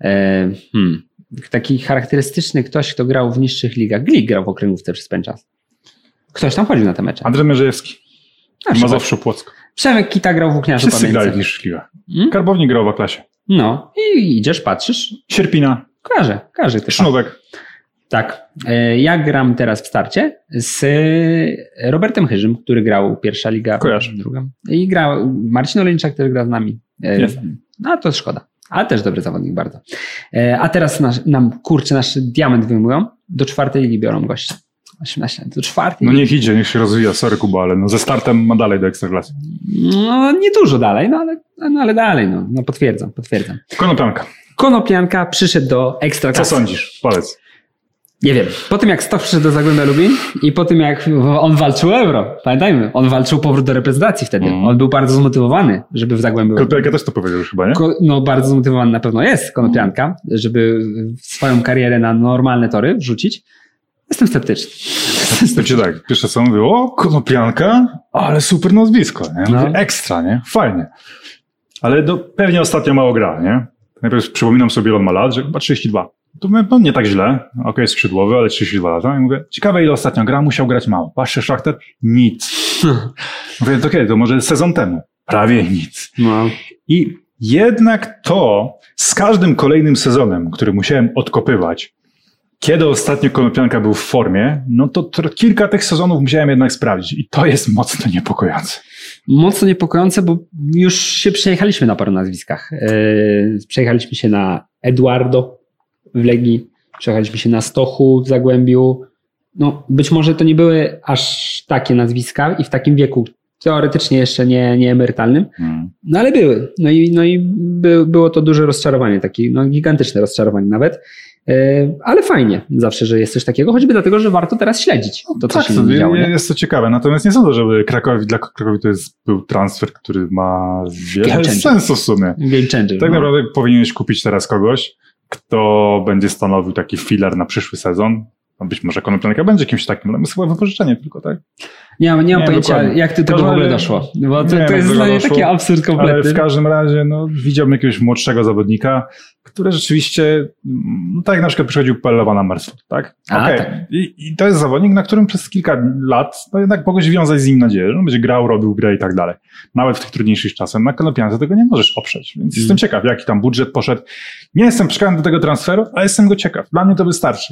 taki charakterystyczny ktoś, kto grał w niższych ligach. Glik grał w okręgówce przez pewien czas. Ktoś tam chodził na te mecze. Andrzej Mierzejewski. Mazowszu Płocko. Przemek Kita grał w Włókniarzu Pamięci. Wszyscy grali w niższych ligach. Karbownik grał w A-klasie. No i idziesz, patrzysz. Sierpina. Każdy też. Sznówek. Tak. Ja gram teraz w starcie z Robertem Chyżym, który grał pierwsza liga, druga. I grał Marcin Olejniczak, który gra z nami. No to szkoda. Ale też dobry zawodnik bardzo. A teraz nasz diament wyjmują. Do 4. ligi biorą gości. 18 lat, to 4. No niech idzie, niech się rozwija, sorry Kuba, ale no ze startem ma dalej do Ekstraklasy. No nie dużo dalej, ale dalej, no potwierdzam. Konoplyanka przyszedł do Ekstraklasy. Co sądzisz? Powiedz. Nie wiem, po tym jak Stoch przyszedł do Zagłębia Lubin i po tym jak on walczył o Euro, pamiętajmy, on walczył powrót do reprezentacji wtedy. On był bardzo zmotywowany, żeby w Zagłębiu... Konoplyanka też to powiedział już chyba, nie? No bardzo zmotywowany na pewno jest Konoplyanka, żeby swoją karierę na normalne tory wrzucić. Jestem sceptyczny. Znaczy tak, pierwsze co mówię, o Konoplyanka, ale super nazwisko, nie? Mówię, ekstra, nie? Fajnie. Ale pewnie ostatnio mało gra, nie? Najpierw przypominam sobie, ile on ma lat, że chyba 32. To mówię, no nie tak źle, okej, skrzydłowy, ale 32 lata. I mówię, ciekawe ile ostatnio gra, musiał grać mało. Patrzę, Szachtar, nic. Mówię, to kiedy? To może sezon temu. Prawie nic. No. I jednak to z każdym kolejnym sezonem, który musiałem odkopywać, kiedy ostatnio Konoplyanka był w formie, no to kilka tych sezonów musiałem jednak sprawdzić. I to jest mocno niepokojące. Mocno niepokojące, bo już się przejechaliśmy na paru nazwiskach. Przejechaliśmy się na Eduardo w Legii, przejechaliśmy się na Stochu w Zagłębiu. No, być może to nie były aż takie nazwiska i w takim wieku teoretycznie jeszcze nie emerytalnym, no ale były. No i było to duże rozczarowanie, takie gigantyczne rozczarowanie nawet. Ale fajnie zawsze, że jest coś takiego, choćby dlatego, że warto teraz śledzić to, co się działo. Jest to ciekawe, natomiast nie sądzę, żeby dla Krakowi to był transfer, który ma wiele sensu w sumie. Game changer. Tak naprawdę powinieneś kupić teraz kogoś, kto będzie stanowił taki filar na przyszły sezon. No być może Konoplyanka będzie kimś takim, ale chyba wypożyczenie tylko, tak? Nie mam pojęcia, dokładnie. Jak do tego w ogóle doszło. Bo to jest dla mnie taki absurd kompletny. Ale w każdym razie widziałbym jakiegoś młodszego zawodnika, który rzeczywiście, tak jak na przykład przychodził Pellewa na Marsford, tak? Tak. I to jest zawodnik, na którym przez kilka lat jednak mogłeś wiązać z nim nadzieję, że on będzie grał, robił grę i tak dalej. Nawet w tych trudniejszych czasach. Na Konoplance tego nie możesz oprzeć. Więc jestem ciekaw, jaki tam budżet poszedł. Nie jestem przekonany do tego transferu, ale jestem go ciekaw. Dla mnie to wystarczy.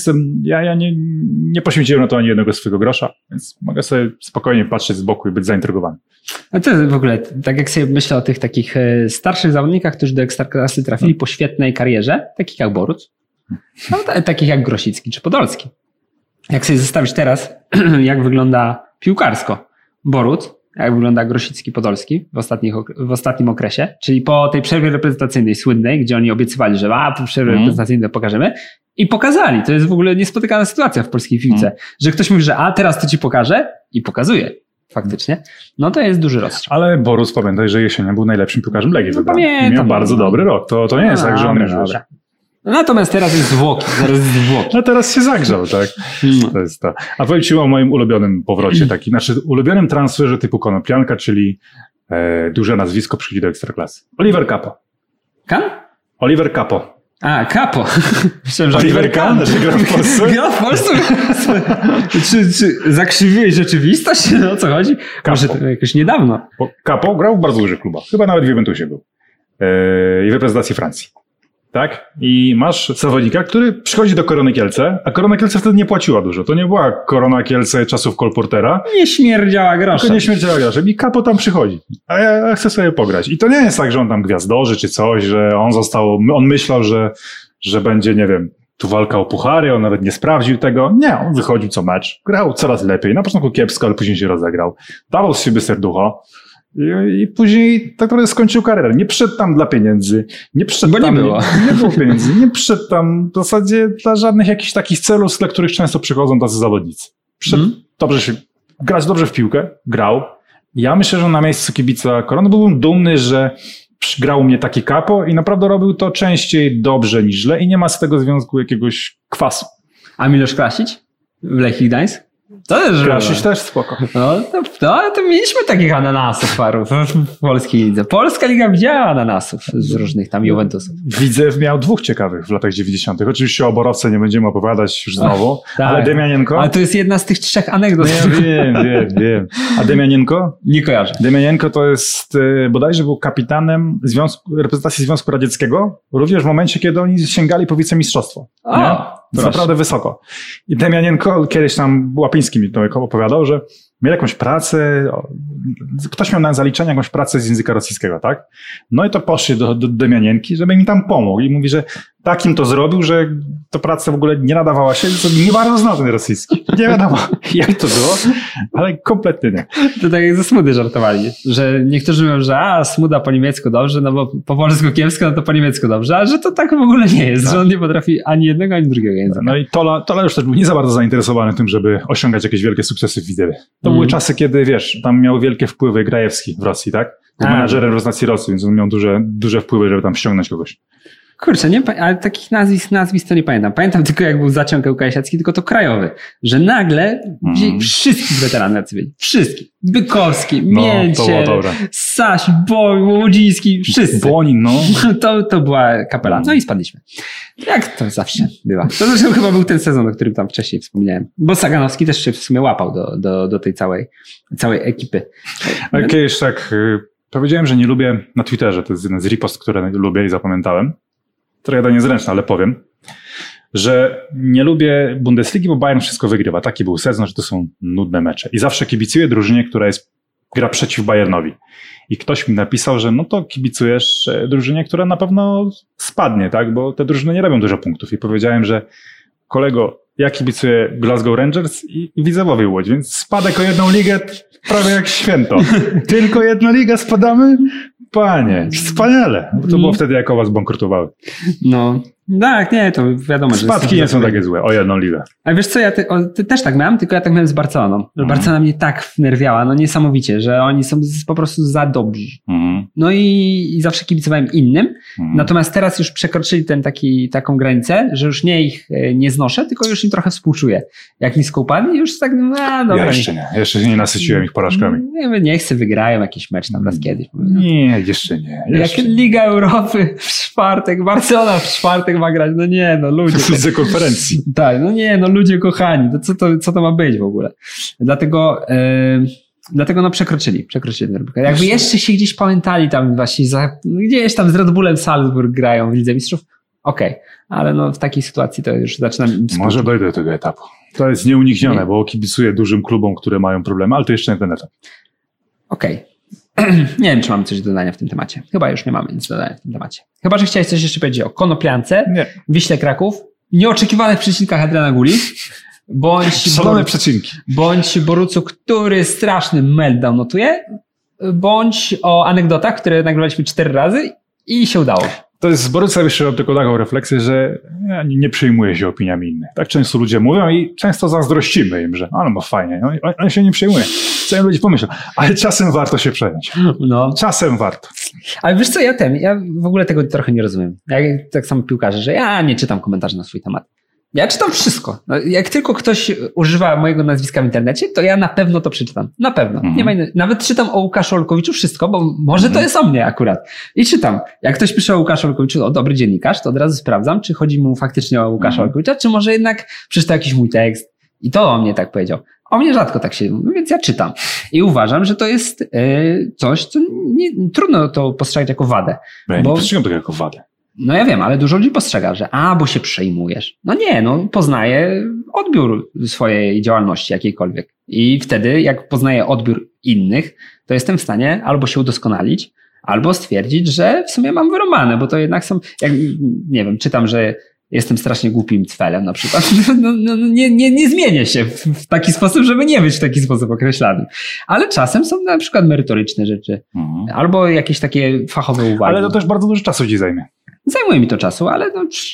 Ja nie poświęciłem na to ani jednego swojego grosza, więc mogę sobie spokojnie patrzeć z boku i być zaintrygowany. A to w ogóle, tak jak sobie myślę o tych takich starszych zawodnikach, którzy do Ekstraklasy trafili po świetnej karierze, takich jak Boruc, takich jak Grosicki czy Podolski. Jak sobie zestawić teraz, jak wygląda piłkarsko Boruc, jak wygląda Grosicki, Podolski w ostatnim okresie, czyli po tej przerwie reprezentacyjnej słynnej, gdzie oni obiecywali, że po przerwie reprezentacyjnej pokażemy i pokazali. To jest w ogóle niespotykana sytuacja w polskiej piłce, że ktoś mówi, że teraz to ci pokażę i pokazuje. Faktycznie. No to jest duży rozstrzał. Ale Boruc, pamiętaj, że jesienią był najlepszym piłkarzem Legii. Pamiętam. Miał bardzo dobry rok. To nie jest tak, że on już... Natomiast teraz jest zwłoki. No teraz się zagrzał, tak? To jest to. A powiem ci o moim ulubionym powrocie, ulubionym transferze typu Konoplyanka, czyli duże nazwisko przychodzi do Ekstraklasy. Oliver Kapo. Oliver Kapo. Kapo. Myślałem, że Oliver Kahn, że gra w Polsce? Gra w Polsce? Czy zakrzywiłeś rzeczywistość? O co chodzi? Może to jakoś niedawno. Kapo grał w bardzo dużych klubach. Chyba nawet w Juventusie był. I w reprezentacji Francji. Tak? I masz zawodnika, który przychodzi do Korony Kielce, a Korona Kielce wtedy nie płaciła dużo. To nie była Korona Kielce czasów Kolportera. Nie śmierdziała groszem. Tylko nie śmierdziała groszem. I Kapo tam przychodzi. A ja chcę sobie pograć. I to nie jest tak, że on tam gwiazdorzy czy coś, że on myślał, że będzie, nie wiem, tu walka o puchary, on nawet nie sprawdził tego. Nie, on wychodził co mecz. Grał coraz lepiej. Na początku kiepsko, ale później się rozegrał. Dawał z siebie serducho. I później tak naprawdę skończył karierę. Nie przyszedł tam dla pieniędzy. Nie przyszedł tam, nie było pieniędzy. Nie przyszedł tam w zasadzie dla żadnych jakichś takich celów, dla których często przychodzą tacy zawodnicy. Przyszedł grać dobrze w piłkę. Grał. Ja myślę, że na miejscu kibica Korony byłbym dumny, że grał u mnie taki Kapo i naprawdę robił to częściej dobrze niż źle i nie ma z tego związku jakiegoś kwasu. A Miloš Krasić w Lechii Gdańsk? Krasić też spoko. To mieliśmy takich ananasów paru w polskiej lidze. Polska liga widziała ananasów z różnych tam Juventusów. Widzew miał dwóch ciekawych w latach 90. Oczywiście o Borowce nie będziemy opowiadać już znowu, ale Demianienko... Ale to jest jedna z tych 3 anegdot. No ja wiem. A Demianienko? Nie kojarzę. Demianienko to jest, bodajże był kapitanem reprezentacji Związku Radzieckiego, również w momencie, kiedy oni sięgali po wicemistrzostwo. Naprawdę wysoko. I Demianienko kiedyś tam Łapiński mi to opowiadał, że miał jakąś pracę, ktoś miał na zaliczenie jakąś pracę z języka rosyjskiego, tak? No i to poszli do Demianienki, żeby mi tam pomógł. I mówi, że takim to zrobił, że to praca w ogóle nie nadawała się, co nie bardzo znał ten rosyjski. Nie wiadomo, jak to było, ale kompletnie nie. To tak jak ze Smudy żartowali, że niektórzy mówią, że Smuda po niemiecku dobrze, no bo po polsku kiepsko, no to po niemiecku dobrze, a że to tak w ogóle nie jest, że on nie potrafi ani jednego, ani drugiego języka. No i Tola już też był nie za bardzo zainteresowany tym, żeby osiągać jakieś wielkie sukcesy w Widewie. To były czasy, kiedy, wiesz, tam miał wielkie wpływy Grajewski w Rosji, tak? Był menadżerem reprezentacji Rosji, więc on miał duże wpływy, żeby tam ściągnąć kogoś. Kurczę, ale takich nazwisk to nie pamiętam. Pamiętam tylko, jak był zaciąg Łukasiewski, tylko to krajowy. Że nagle wszystkich weteranów jacy byli. Wszystkich. Bykowski, Mielciel, Saś, Łodziński, wszyscy. Bonin, no. To była kapela. No i spadliśmy. Jak to zawsze bywa. To zresztą chyba był ten sezon, o którym tam wcześniej wspomniałem. Bo Saganowski też się w sumie łapał do tej całej ekipy. Ale kiedyś tak powiedziałem, że nie lubię na Twitterze, to jest jeden z ripost, które lubię i zapamiętałem. Trochę to niezręczne, ale powiem, że nie lubię Bundesligi, bo Bayern wszystko wygrywa. Taki był sezon, że to są nudne mecze. I zawsze kibicuję drużynie, która gra przeciw Bayernowi. I ktoś mi napisał, że no to kibicujesz drużynie, która na pewno spadnie, tak? Bo te drużyny nie robią dużo punktów. I powiedziałem, że kolego, ja kibicuję Glasgow Rangers i Widzewowi Łódź, więc spadek o jedną ligę prawie jak święto. Tylko jedna liga spadamy? Panie, wspaniale. To było wtedy, jak was bankrutowały. No, tak, nie, to wiadomo. Spadki nie są takie złe, o jedną ligę. A wiesz co, ty też tak miałem, tylko ja tak miałem z Barceloną. Barcelona mnie tak wnerwiała, no niesamowicie, że oni są po prostu za dobrzy. No i zawsze kibicowałem innym. Natomiast teraz już przekroczyli taką granicę, że już ich nie znoszę, tylko już im trochę współczuję. Jak nisko upadli, już tak, dobra. Ja jeszcze nie. Jeszcze się nie nasyciłem ich porażkami. Nie chcę, wygrają jakiś mecz tam raz kiedyś. Nie, jeszcze nie. Jak Liga Europy w czwartek, Barcelona w czwartek ma grać, no nie, no ludzie. Z konferencji. Tak, no nie, no ludzie kochani, to co to ma być w ogóle? Dlatego no przekroczyli ten Rubikon. Jakby jeszcze się gdzieś pamiętali tam właśnie, gdzieś tam z Red Bullem Salzburg grają w Lidze Mistrzów, okej, ale no w takiej sytuacji to już zaczynam... Może dojdę do tego etapu. To jest nieuniknione, bo kibicuję dużym klubom, które mają problemy, ale to jeszcze nie ten etap. Okej. Nie wiem, czy mamy coś do dodania w tym temacie. Chyba już nie mamy nic do dodania w tym temacie. Chyba, że chciałeś coś jeszcze powiedzieć o Konopliance, Wiśle Kraków, nieoczekiwanych przecinkach Adriana Guli, szalone przecinki. Bądź Borucu, który straszny meltdown notuje, bądź o anegdotach, które nagrywaliśmy 4 razy i się udało. To jest z Boruca jeszcze tylko taką refleksję, że ja nie przejmuję się opiniami innych. Tak często ludzie mówią i często zazdrościmy im, że no fajnie, on się nie przejmuje. Co im ludzie pomyślą? Ale czasem warto się przejąć. No. Czasem warto. Ale wiesz co, ja w ogóle tego trochę nie rozumiem. Tak samo piłkarze, że ja nie czytam komentarzy na swój temat. Ja czytam wszystko. Jak tylko ktoś używa mojego nazwiska w internecie, to ja na pewno to przeczytam. Na pewno. Nie ma nawet czytam o Łukaszu Olkowiczu wszystko, bo może to jest o mnie akurat. I czytam. Jak ktoś pisze o Łukaszu Olkowiczu, dobry dziennikarz, to od razu sprawdzam, czy chodzi mu faktycznie o Łukasza Olkowicza, czy może jednak przeczytał jakiś mój tekst. I to o mnie tak powiedział. O mnie rzadko tak się mówi, więc ja czytam. I uważam, że to jest coś, co trudno to postrzegać jako wadę. Ja nie postrzegam tego jako wadę. No ja wiem, ale dużo ludzi postrzega, że bo się przejmujesz. No nie, poznaję odbiór swojej działalności jakiejkolwiek. I wtedy, jak poznaję odbiór innych, to jestem w stanie albo się udoskonalić, albo stwierdzić, że w sumie mam wyrąbane, bo to jednak są, nie wiem, czytam, że jestem strasznie głupim cwelem na przykład. Nie zmienię się w taki sposób, żeby nie być w taki sposób określany. Ale czasem są na przykład merytoryczne rzeczy. Albo jakieś takie fachowe uwagi. Ale to też bardzo dużo czasu ci zajmie. Zajmuje mi to czasu, ale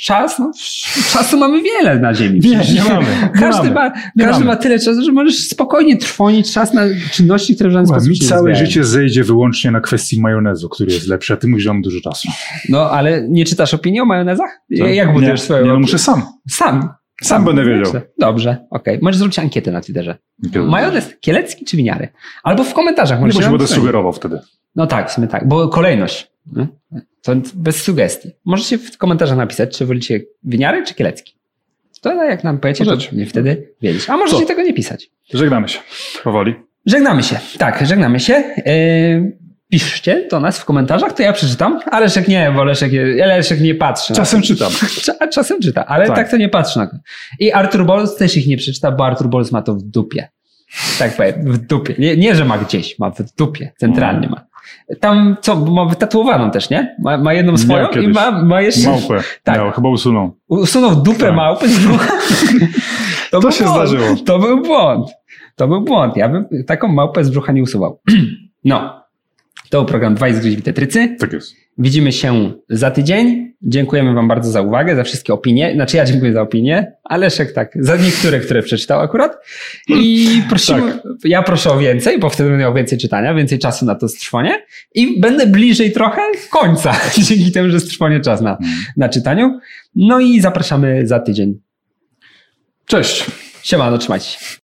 czasu mamy wiele na ziemi. Nie mamy. Każdy ma tyle czasu, że możesz spokojnie trwonić czas na czynności, które w żaden sposób mi całe życie zejdzie wyłącznie na kwestii majonezu, który jest lepszy, a ty mówisz, że mam dużo czasu. No, ale nie czytasz opinii o majonezach? Jak budujesz swoją opinię? Muszę sam będę wiedział. Dobrze, okej. Możesz zrobić ankietę na Twitterze. Majonez kielecki czy winiary? Albo w komentarzach. Nie, bo się będę sugerował wtedy. No tak, w sumie tak, bo kolejność. To bez sugestii. Możecie w komentarzach napisać, czy wolicie winiary, czy kielecki. To jak nam powiecie, to wtedy wiedzieć. A możecie tego nie pisać. Żegnamy się. Powoli. Żegnamy się. Tak, żegnamy się. Piszcie do nas w komentarzach, to ja przeczytam, a Leszek nie, bo Leszek nie patrzy. Czasem czytam. Czasem czyta, ale tak to nie patrzy na to. I Artur Bols też ich nie przeczyta, bo Artur Bols ma to w dupie. Tak powiem, w dupie. Nie, że ma gdzieś, ma w dupie. Centralnie ma. Tam co, ma wytatuowaną też, nie? Ma jedną swoją i ma jeszcze... Małpę. Tak. Miał, chyba usunął. Usunął dupę małpy z brzucha. To się zdarzyło. To był błąd. Ja bym taką małpę z brzucha nie usuwał. No. To był program 2 Zgryź Tetrycy. Tak jest. Widzimy się za tydzień. Dziękujemy wam bardzo za uwagę, za wszystkie opinie. Znaczy ja dziękuję za opinie, a Leszek tak, za niektóre, które przeczytał akurat. I prosimy, ja proszę o więcej, bo wtedy będę miał więcej czytania, więcej czasu na to strwonie i będę bliżej trochę końca, dzięki temu, że strwonie czas na czytaniu. No i zapraszamy za tydzień. Cześć. Siemano, trzymajcie się.